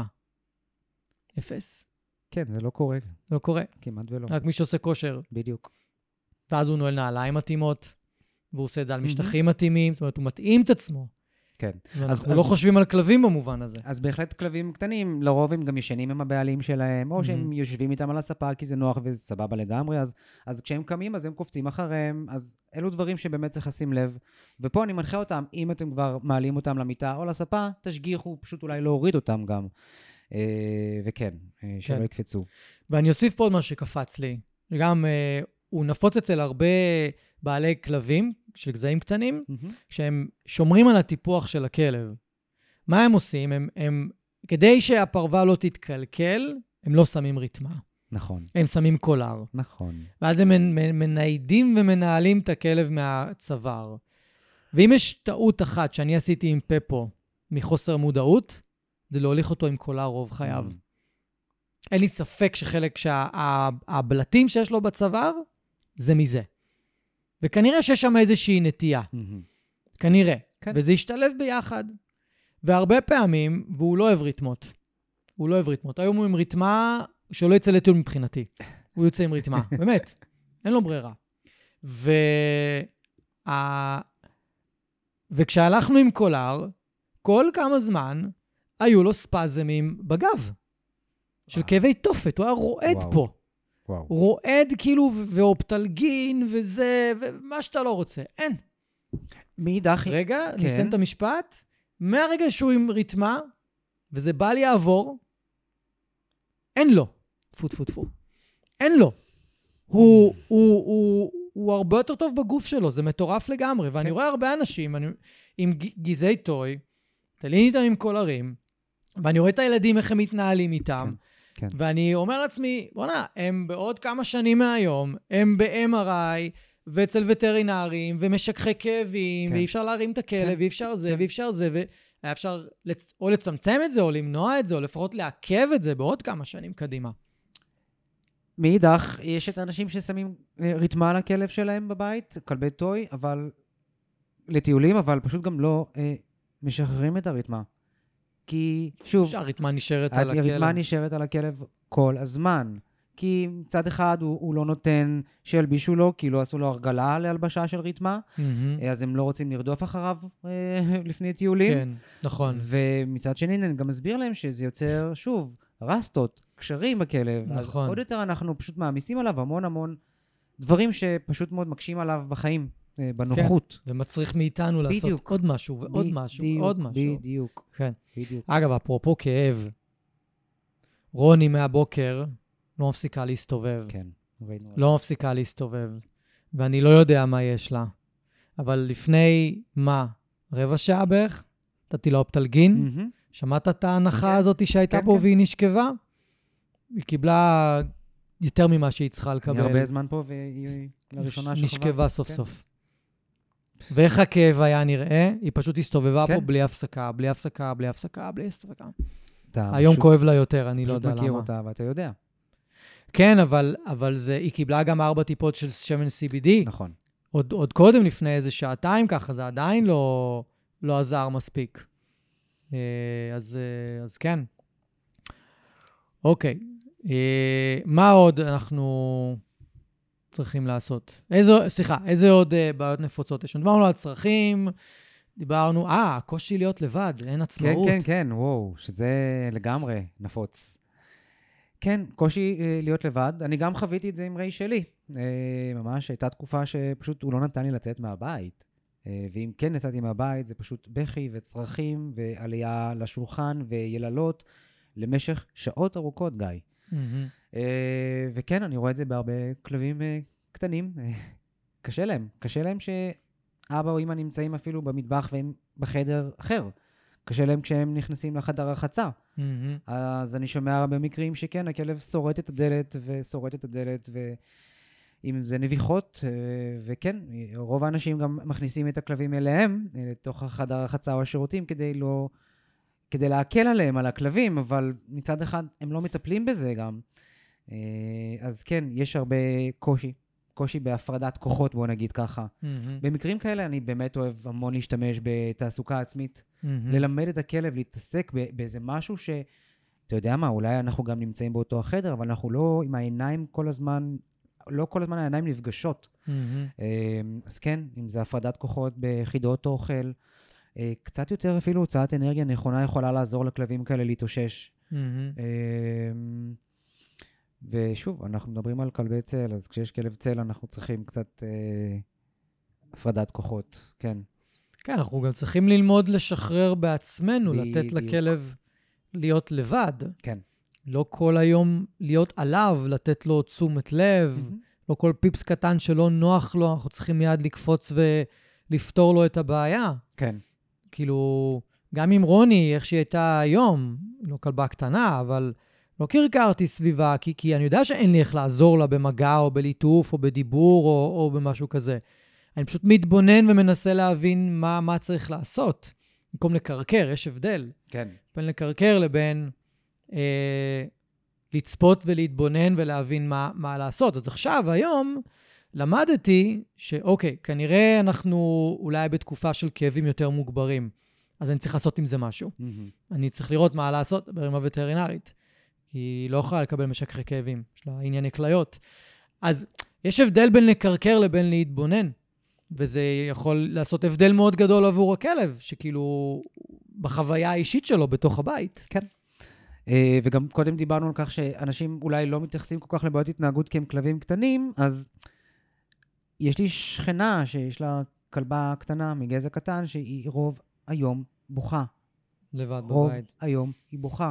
0. כן, זה לא קורה. לא קורה. כמעט ולא. רק מי שעושה כושר. בדיוק. ואז הוא נועל נעליים מתאימות, והוא עושה את זה על משטחים מתאימים, זאת אומרת, הוא מתאים את עצמו. כן. ואנחנו לא חושבים על כלבים במובן הזה. אז בהחלט כלבים קטנים, לרוב הם גם ישנים עם הבעלים שלהם, או שהם יושבים איתם על הספה כי זה נוח וסבבה לגמרי, אז כשהם קמים אז הם קופצים אחריהם, אז אלו דברים שבאמת צריך לשים לב. ופה אני מנחה אותם, אם אתם כבר מעלים אותם למיטה או לספה, תשגיחו, פשוט אולי להוריד אותם גם. וכן, שלא יקפצו. ואני אוסיף פה עוד מה שקפץ לי. גם הוא נפוץ אצל הרבה בעלי כלבים של גזעים קטנים, שהם שומרים על הטיפוח של הכלב. מה הם עושים? כדי שהפרווה לא תתקלקל, הם לא שמים ריתמה. נכון. הם שמים קולר. נכון. ואז הם מניידים ומנהלים את הכלב מהצוואר. ואם יש טעות אחת שאני עשיתי עם פפו מחוסר מודעות, זה להוליך אותו עם קולר רוב חייו. אין לי ספק שחלק שהבלטים שיש לו בצוואר, זה מזה. וכנראה שיש שם איזושהי נטייה. כנראה. כן. וזה ישתלב ביחד. והרבה פעמים, והוא לא אוהב ריתמות. הוא לא אוהב ריתמות. היום הוא עם ריתמה שלא יצא לטיול מבחינתי. הוא יוצא עם ריתמה. באמת. אין לו ברירה. וכשהלכנו עם קולר, כל כמה זמן היו לו ספזמים בגב. של כאבי תופת. הוא היה רועד פה. הוא רועד כאילו, ואופטלגין, וזה, ומה שאתה לא רוצה. אין. מאידך... רגע, נסיים את המשפט. מהרגע שהוא עם ריתמה, וזה בא לי לעבור, אין לו. טפו, טפו, טפו. אין לו. הוא הרבה יותר טוב בגוף שלו, זה מטורף לגמרי. ואני רואה הרבה אנשים עם גזעי טוי, תלין איתם עם קולרים, ואני רואה את הילדים איך הם מתנהלים איתם, כן. ואני אומר לעצמי, בוא'נה, הם בעוד כמה שנים מהיום, הם ב-MRI, ואצל וטרינרים, ומשככי כאבים, ואי אפשר להרים את הכלב, ואי אפשר זה, ואי אפשר זה, והיה אפשר או לצמצם את זה, או למנוע את זה, או לפחות לעכב את זה בעוד כמה שנים קדימה. מאידך, יש את האנשים ששמים ריתמה על הכלב שלהם בבית, כלבי טוי, אבל לטיולים, אבל פשוט גם לא משחררים את הריתמה. כי, שוב, שהריתמה נשארת על הכלב. הריתמה נשארת על הכלב כל הזמן. כי מצד אחד הוא לא נותן שילבישו לו, כי לא עשו לו הרגלה להלבשה של ריתמה, אז הם לא רוצים לרדוף אחריו לפני טיולים. כן, נכון. ומצד שני, אני גם מסביר להם שזה יוצר, שוב, רסטות, קשרים בכלב. נכון. אז עוד יותר אנחנו פשוט מעמיסים עליו המון דברים שפשוט מאוד מקשים עליו בחיים, בנוחות. כן, ומצריך מאיתנו לעשות עוד משהו ועוד משהו ועוד משהו. בדיוק. כן. אגב, אפרופו כאב, רוני מהבוקר לא מפסיקה להסתובב. כן. לא מפסיקה להסתובב. ואני לא יודע מה יש לה. אבל לפני מה? רבע שעה בערך? נתתי לה אופטלגין. שמעת את ההנחה הזאת שהייתה פה והיא נשכבה? היא קיבלה יותר ממה שהיא צריכה לקבל. היא הרבה זמן פה והיא לראשונה שכבה. נשכבה סוף סוף. ואיך הכאב היה נראה? היא פשוט הסתובבה פה בלי הפסקה, בלי הפסקה, בלי הפסקה, בלי הפסקה. היום כואב לה יותר, אני לא יודע למה. פשוט מכיר אותה, ואתה יודע. כן, אבל היא קיבלה גם 4 טיפות של שמן CBD. נכון. עוד קודם, לפני איזה שעתיים ככה, זה עדיין לא עזר מספיק. אז כן. אוקיי. מה עוד אנחנו צריכים לעשות? איזה עוד בעיות נפוצות יש? דיברנו על צרכים, דיברנו, הקושי להיות לבד, אין עצמאות. כן, וואו, שזה לגמרי נפוץ. כן, קושי להיות לבד. אני גם חוויתי את זה עם ריי שלי. ממש הייתה תקופה שפשוט הוא לא נתן לי לצאת מהבית. ואם כן יצאתי מהבית, זה פשוט בכי וצרכים ועלייה לשולחן ויללות למשך שעות ארוכות, גיא. וכן, אני רואה את זה בהרבה כלבים קטנים. קשה להם שאבא או אמא נמצאים אפילו במטבח והם בחדר אחר. קשה להם כשהם נכנסים לחדר הרחצה. אז אני שומע הרבה מקרים שכן, הכלב שורט את הדלת, ואם זה נביחות, וכן, רוב האנשים גם מכניסים את הכלבים אליהם, לתוך החדר הרחצה או השירותים, כדי להקל עליהם, על הכלבים, אבל מצד אחד הם לא מטפלים בזה גם. אז כן, יש הרבה קושי בהפרדת כוחות, בוא נגיד ככה. במקרים כאלה אני באמת אוהב המון להשתמש בתעסוקה עצמית, ללמד את הכלב, להתעסק באיזה משהו אתה יודע מה, אולי אנחנו גם נמצאים באותו החדר, אבל אנחנו לא עם העיניים כל הזמן, לא כל הזמן העיניים נפגשות. אז כן, אם זה הפרדת כוחות ביחידות אוכל, קצת יותר אפילו הוצאת אנרגיה נכונה יכולה לעזור לכלבים כאלה להתאושש. ושוב, אנחנו מדברים על כלבי צל, אז כשיש כלב צל אנחנו צריכים קצת הפרדת כוחות, כן. כן, אנחנו גם צריכים ללמוד לשחרר בעצמנו, לתת לכלב להיות לבד. כן. לא כל היום להיות עליו, לתת לו תשומת לב, לא כל פיפס קטן שלא נוח לו, אנחנו צריכים מיד לקפוץ ולפתור לו את הבעיה. כן. כאילו, גם עם רוני, איך שהיא הייתה היום, לא כלבה קטנה, אבל לא קרקרתי סביבה, כי אני יודע שאין לי איך לעזור לה במגע או בליטוף או בדיבור או במשהו כזה. אני פשוט מתבונן ומנסה להבין מה צריך לעשות. במקום לקרקר, יש הבדל. כן. בין לקרקר לבין לצפות ולהתבונן ולהבין מה לעשות. אז עכשיו, היום, למדתי שאוקיי, כנראה אנחנו אולי בתקופה של כאבים יותר מוגברים. אז אני צריך לעשות עם זה משהו. אני צריך לראות מה לעשות ברמה וטרינרית. היא לא יכולה לקבל משככי כאבים, יש לה ענייני כליות. אז יש הבדל בין לקרקר לבין להתבונן, וזה יכול לעשות הבדל מאוד גדול עבור הכלב, שכאילו בחוויה האישית שלו בתוך הבית. כן. וגם קודם דיברנו על כך שאנשים אולי לא מתייחסים כל כך לבעיות התנהגות כי הם כלבים קטנים, אז יש לי שכנה שיש לה כלבה קטנה מגזע קטן, שהיא רוב היום בוכה. לבד בבית. רוב היום היא בוכה.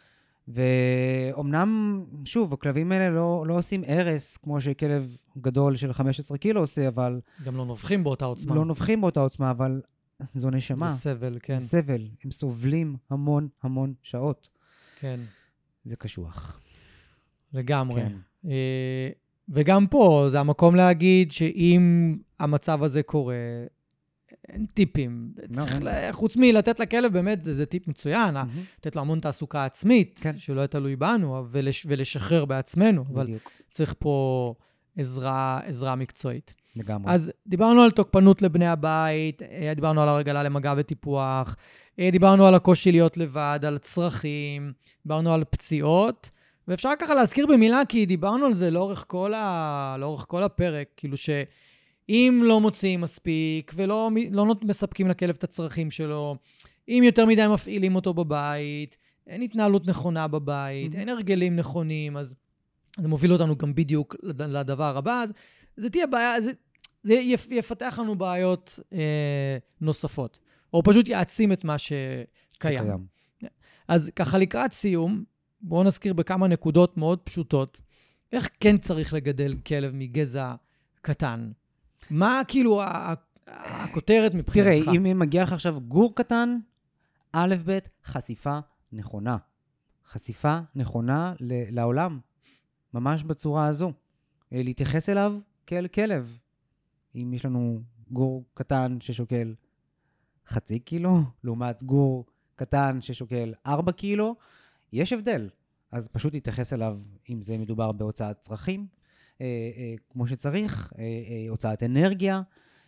ואומנם, שוב, הכלבים האלה לא עושים הרס, כמו שכלב גדול של 15 קילו עושה, אבל... גם לא נובחים באותה עוצמה. לא נובחים באותה עוצמה, אבל זו נשמה. זה סבל, כן. זה סבל. הם סובלים המון שעות. כן. זה קשוח. לגמרי. כן. וגם פה, זה המקום להגיד שאם המצב הזה קורה, אין טיפים. חוץ מלתת לכלב, באמת, זה טיפ מצוין. לתת לו המון תעסוקה עצמית, שלא יהיה תלוי בנו, ולשחרר בעצמנו. אבל צריך פה עזרה מקצועית. לגמרי. אז דיברנו על תוקפנות לבני הבית, דיברנו על הרגלה למגע וטיפוח, דיברנו על הקושי להיות לבד, על צרכים, דיברנו על פציעות, ואפשר ככה להזכיר במילה, כי דיברנו על זה לאורך כל הפרק, כאילו שאם לא מוציאים מספיק, ולא מספקים לכלב את הצרכים שלו, אם יותר מדי מפעילים אותו בבית, אין התנהלות נכונה בבית, אין הרגלים נכונים, אז זה מוביל אותנו גם בדיוק לדבר הבא, אז זה תהיה בעיה, זה יפתח לנו בעיות נוספות, או פשוט יעצים את מה שקיים. אז ככה לקראת סיום, בואו נזכיר בכמה נקודות מאוד פשוטות, איך כן צריך לגדל כלב מגזע קטן? מה כאילו הכותרת מבחינתך? תראה, אם מגיע לך עכשיו גור קטן, א' ב', חשיפה נכונה. חשיפה נכונה לעולם, ממש בצורה הזו. להתייחס אליו כאל כלב. אם יש לנו גור קטן ששוקל 0.5 קילו, לעומת גור קטן ששוקל 4 קילו, יש הבדל. אז פשוט להתייחס אליו, אם זה מדובר בהוצאת צרכים, כמו שצריך, הוצאת אנרגיה,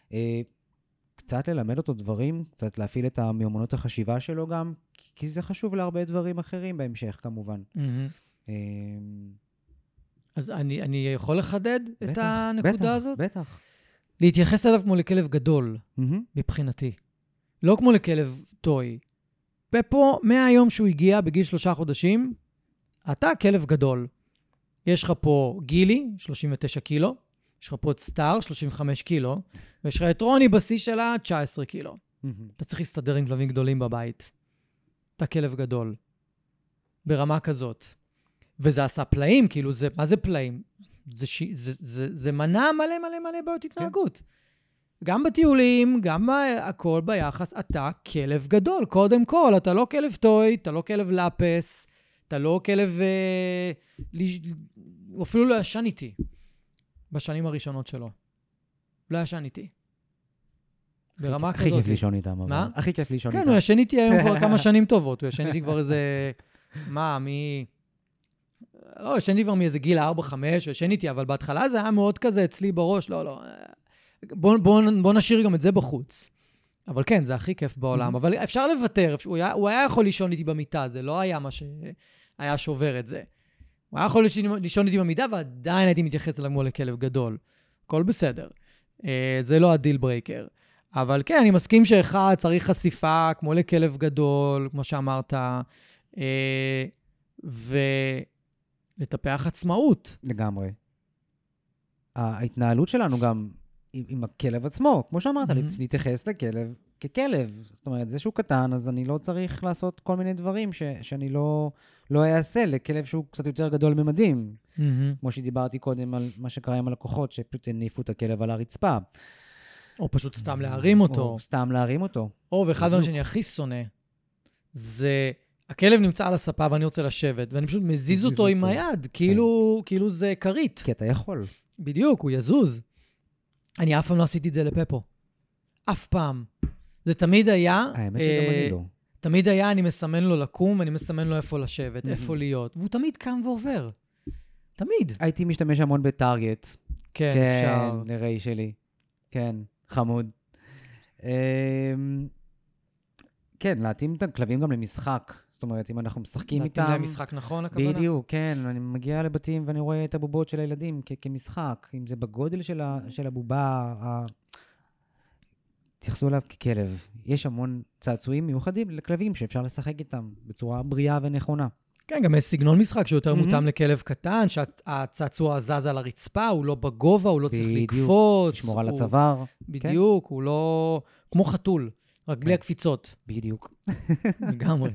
קצת ללמד אותו דברים, קצת להפעיל את המיומנות החשיבה שלו גם, כי זה חשוב להרבה דברים אחרים בהמשך, כמובן. אז אני יכול לחדד את הנקודה הזאת? בטח. להתייחס אליו כמו לכלב גדול, מבחינתי. לא כמו לכלב טוי. ופה, מהיום שהוא הגיע בגיל 3 חודשים, אתה כלב גדול. יש לך פה גילי, 39 קילו, יש לך פה את סטאר, 35 קילו, ויש לך את רוני בשיא שלה, 19 קילו. אתה צריך להסתדר עם כלבים גדולים בבית. אתה כלב גדול. ברמה כזאת. וזה עשה פלאים, כאילו, מה זה פלאים? זה מנע מלא בעיות התנהגות. גם בטיולים, גם הכל ביחס, אתה כלב גדול. קודם כל, אתה לא כלב טוי, אתה לא כלב לפס, אתה לא כלב... הוא אפילו לא ישן איתי. בשנים הראשונות שלו. לא ישן איתי. ברמה כזאת. הכי כיף לישון איתם. מה? הכי כיף לישון איתם. כן, הוא ישן איתי היום כבר כמה שנים טובות. הוא ישן איתי כבר איזה... לא, ישן איתי כבר מאיזה גיל 4-5, הוא ישן איתי, אבל בהתחלה זה היה מאוד כזה אצלי בראש. לא. בוא נשאיר גם את זה בחוץ. אבל כן, זה הכי כיף בעולם. אבל אפשר לוותר. הוא היה יכול לישון איתי במיטה, זה לא היה מה שהיה שובר את זה. הוא היה יכול לישון איתי במידה, ועדיין הייתי מתייחס אליו כמו לכלב גדול. הכל בסדר. זה לא הדיל ברייקר. אבל כן, אני מסכים שאחד צריך חשיפה כמו לכלב גדול, כמו שאמרת, ולטפח עצמאות. לגמרי. ההתנהלות שלנו גם עם הכלב עצמו, כמו שאמרת, להתייחס לכלב ככלב. זאת אומרת, זה שהוא קטן, אז אני לא צריך לעשות כל מיני דברים שאני לא אעשה לכלב שהוא קצת יותר גדול ממדים. כמו שדיברתי קודם על מה שקרה עם הלקוחות, שפשוט הניפו את הכלב על הרצפה. או פשוט סתם להרים אותו. או סתם להרים אותו. או, ואחד הדברים שאני הכי שונא, זה הכלב נמצא על הספה ואני רוצה לשבת, ואני פשוט מזיז אותו עם היד, כאילו זה קרית. כי אתה יכול. בדיוק, הוא יזוז. אני אף פעם לא עשיתי את זה לפפו. אף פעם. זה תמיד היה... האמת שגם אני לא. תמיד היה, אני מסמן לו לקום, ואני מסמן לו איפה לשבת, איפה להיות. והוא תמיד קם ועובר. תמיד. הייתי משתמש המון בטארגט. כן, אפשר. כן, לראי שלי. כן, חמוד. כן, להתאים את הכלבים גם למשחק. זאת אומרת, אם אנחנו משחקים איתם... להתאים למשחק נכון, הכוונה? בדיוק, כן. אני מגיע לבתים ואני רואה את הבובות של הילדים כמשחק. אם זה בגודל של הבובה, תייחסו אליו ככלב. יש המון צעצועים מיוחדים לכלבים שאפשר לשחק איתם בצורה בריאה ונכונה. כן, גם יש סגנון משחק שיותר מותאם לכלב קטן, שהצעצוע זז על הרצפה, הוא לא בגובה, הוא לא צריך לקפוץ. לשמור על הצוואר. בדיוק, הוא לא... כמו חתול, רק בלי הקפיצות. בדיוק. לגמרי.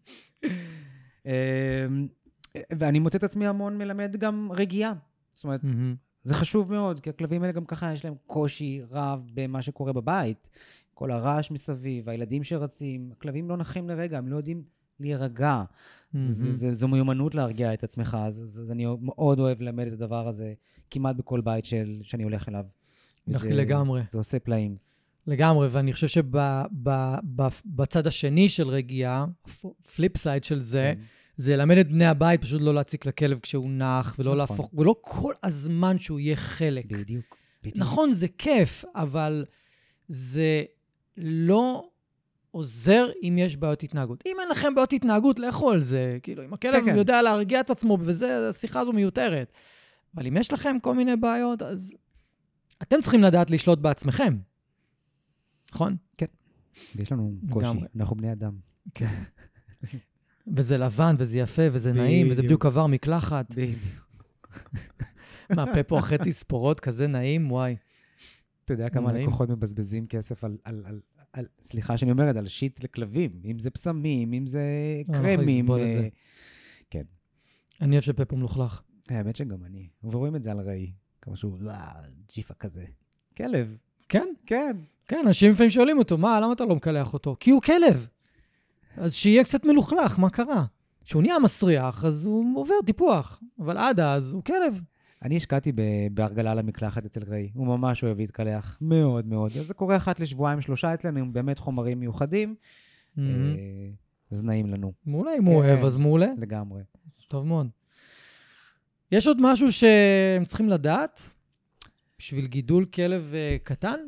ואני מוצא את עצמי המון מלמד גם רגיעה. זאת אומרת, זה חשוב מאוד, כי הכלבים האלה גם ככה יש להם קושי רב במה שקורה בבית. כל הרעש מסביב, הילדים שרצים, הכלבים לא נחים לרגע, הם לא יודעים להירגע. זו מיומנות להרגיע את עצמך, אז אני מאוד אוהב ללמד את הדבר הזה, כמעט בכל בית שאני הולך אליו. לגמרי. זה עושה פלאים. לגמרי, ואני חושב שבצד השני של רגיעה, פליפ סייד של זה, זה ללמד את בני הבית, פשוט לא להציק לכלב כשהוא נח, ולא להפוך, ולא כל הזמן שהוא יהיה חלק. בדיוק. נכון, זה כיף, אבל זה לא עוזר אם יש בעיות התנהגות. אם אין לכם בעיות התנהגות, לכו על זה. כאילו, אם הכלב יודע להרגיע את עצמו, וזה, השיחה הזו מיותרת. אבל אם יש לכם כל מיני בעיות, אז אתם צריכים לדעת לשלוט בעצמכם. נכון? כן. ויש לנו קושי. אנחנו בני אדם. כן. וזה לבן, וזה יפה, וזה נעים, וזה בדיוק עבר מקלחת. בדיוק. מה, פפו אחרי תספורות כזה נעים? וואי. אתה יודע כמה לקוחות מבזבזים כסף על, סליחה שאני אומרת, על שיט לכלבים, אם זה פסמים, אם זה קרמים. כן. אני אוהב שפפו מלוכלך. האמת שגם אני. ורואים את זה על ראי, כמה שהוא, ג'יפה כזה. כלב. כן? כן. כן, אנשים לפעמים שואלים אותו, למה אתה לא מקלח אותו? כי הוא כלב. אז שיהיה קצת מלוכלך, מה קרה? כשהוא נהיה מסריח, אז הוא עובר טיפוח. אבל עד אז הוא כלב. אני השקעתי בהרגלה למקלחת אצל ראי. הוא ממש אוהב להתקלח. מאוד מאוד. אז זה קורה אחת לשבועיים, 3 אצלנו, עם באמת חומרים מיוחדים. אז נעים לנו. מעולה, אם הוא אוהב, אז מעולה. לגמרי. טוב מאוד. יש עוד משהו שהם צריכים לדעת? בשביל גידול כלב קטן?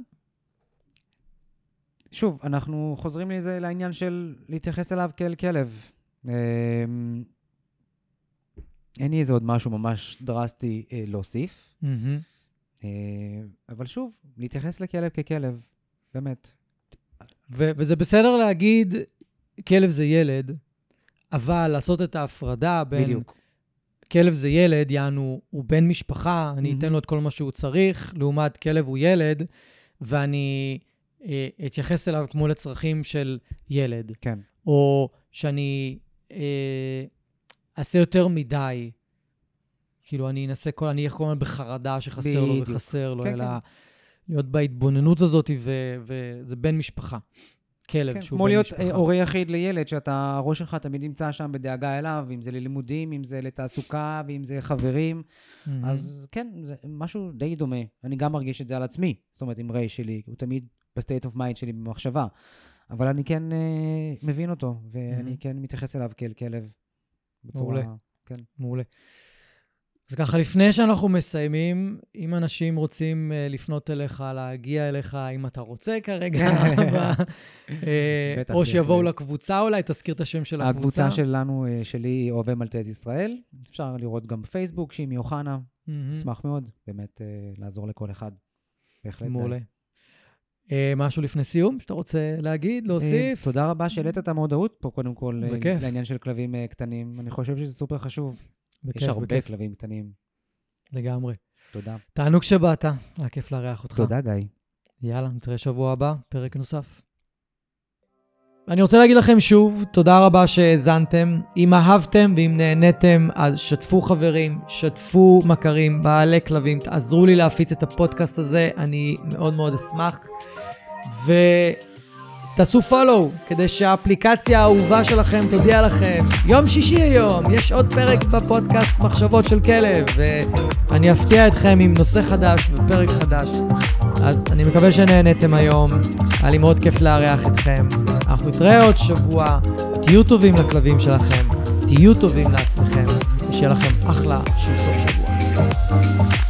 שוב, אנחנו חוזרים לזה לעניין של להתייחס אליו כאל כלב. אין לי איזה עוד משהו ממש דרסטי להוסיף. אבל שוב, להתייחס לכלב ככלב, באמת. וזה בסדר להגיד, כלב זה ילד, אבל לעשות את ההפרדה בין כלב זה ילד, יענו, הוא בן משפחה, אני אתן לו את כל מה שהוא צריך, לעומת כלב הוא ילד, ואני אתייחס אליו כמו לצרכים של ילד. כן. או שאני אעשה יותר מדי, כאילו אני אנסה, אני אהיה כל הזמן בחרדה שחסר לו וחסר לו, אלא להיות בהתבוננות הזאת, וזה בן משפחה. כלב שהוא בן משפחה. כמו להיות הורה יחיד לילד, שאתה, הראש שלך תמיד נמצא שם בדאגה אליו, אם זה ללימודים, אם זה לתעסוקה, ואם זה חברים. אז כן, זה משהו די דומה. אני גם מרגיש את זה על עצמי. זאת אומרת, עם ריי שלי, הוא תמיד בסטייט אוף מיינד שלי במחשבה. אבל אני כן מבין אותו, ואני כן מתייחס אליו כאל כלב. מעולה. מעולה. אז ככה, לפני שאנחנו מסיימים, אם אנשים רוצים לפנות אליך, להגיע אליך, אם אתה רוצה כרגע, או שיבואו לקבוצה אולי, תזכיר את השם של הקבוצה. הקבוצה שלנו, שלי, היא אוהבי מלטז ישראל. אפשר לראות גם בפייסבוק, שהיא מיוחנה. אשמח מאוד, באמת, לעזור לכל אחד. בהחלט. מעולה. משהו לפני סיום שאתה רוצה להגיד, להוסיף? תודה רבה שהעלית את המודעות פה, קודם כל, לעניין של כלבים קטנים. אני חושב שזה סופר חשוב. יש הרבה כלבים קטנים. לגמרי. תודה. תענוג שבאת, היה כיף לארח אותך. תודה, גיא. יאללה, נתראה שבוע הבא, פרק נוסף. אני רוצה להגיד לכם שוב, תודה רבה שהאזנתם. אם אהבתם ואם נהניתם, אז שתפו חברים, שתפו מכרים, בעלי כלבים, תעזרו לי להפיץ את הפודקאסט הזה, אני מאוד מאוד אשמח. תעשו פולו, כדי שהאפליקציה האהובה שלכם תודיע לכם. יום שישי היום, יש עוד פרק בפודקאסט מחשבות של כלב, ואני אפתיע אתכם עם נושא חדש ופרק חדש. אז אני מקווה שנהנתם היום, היה לי מאוד כיף לארח אתכם. אנחנו נתראה עוד שבוע, תהיו טובים לכלבים שלכם, תהיו טובים לעצמכם, ושיהיה לכם אחלה של סוף שבוע.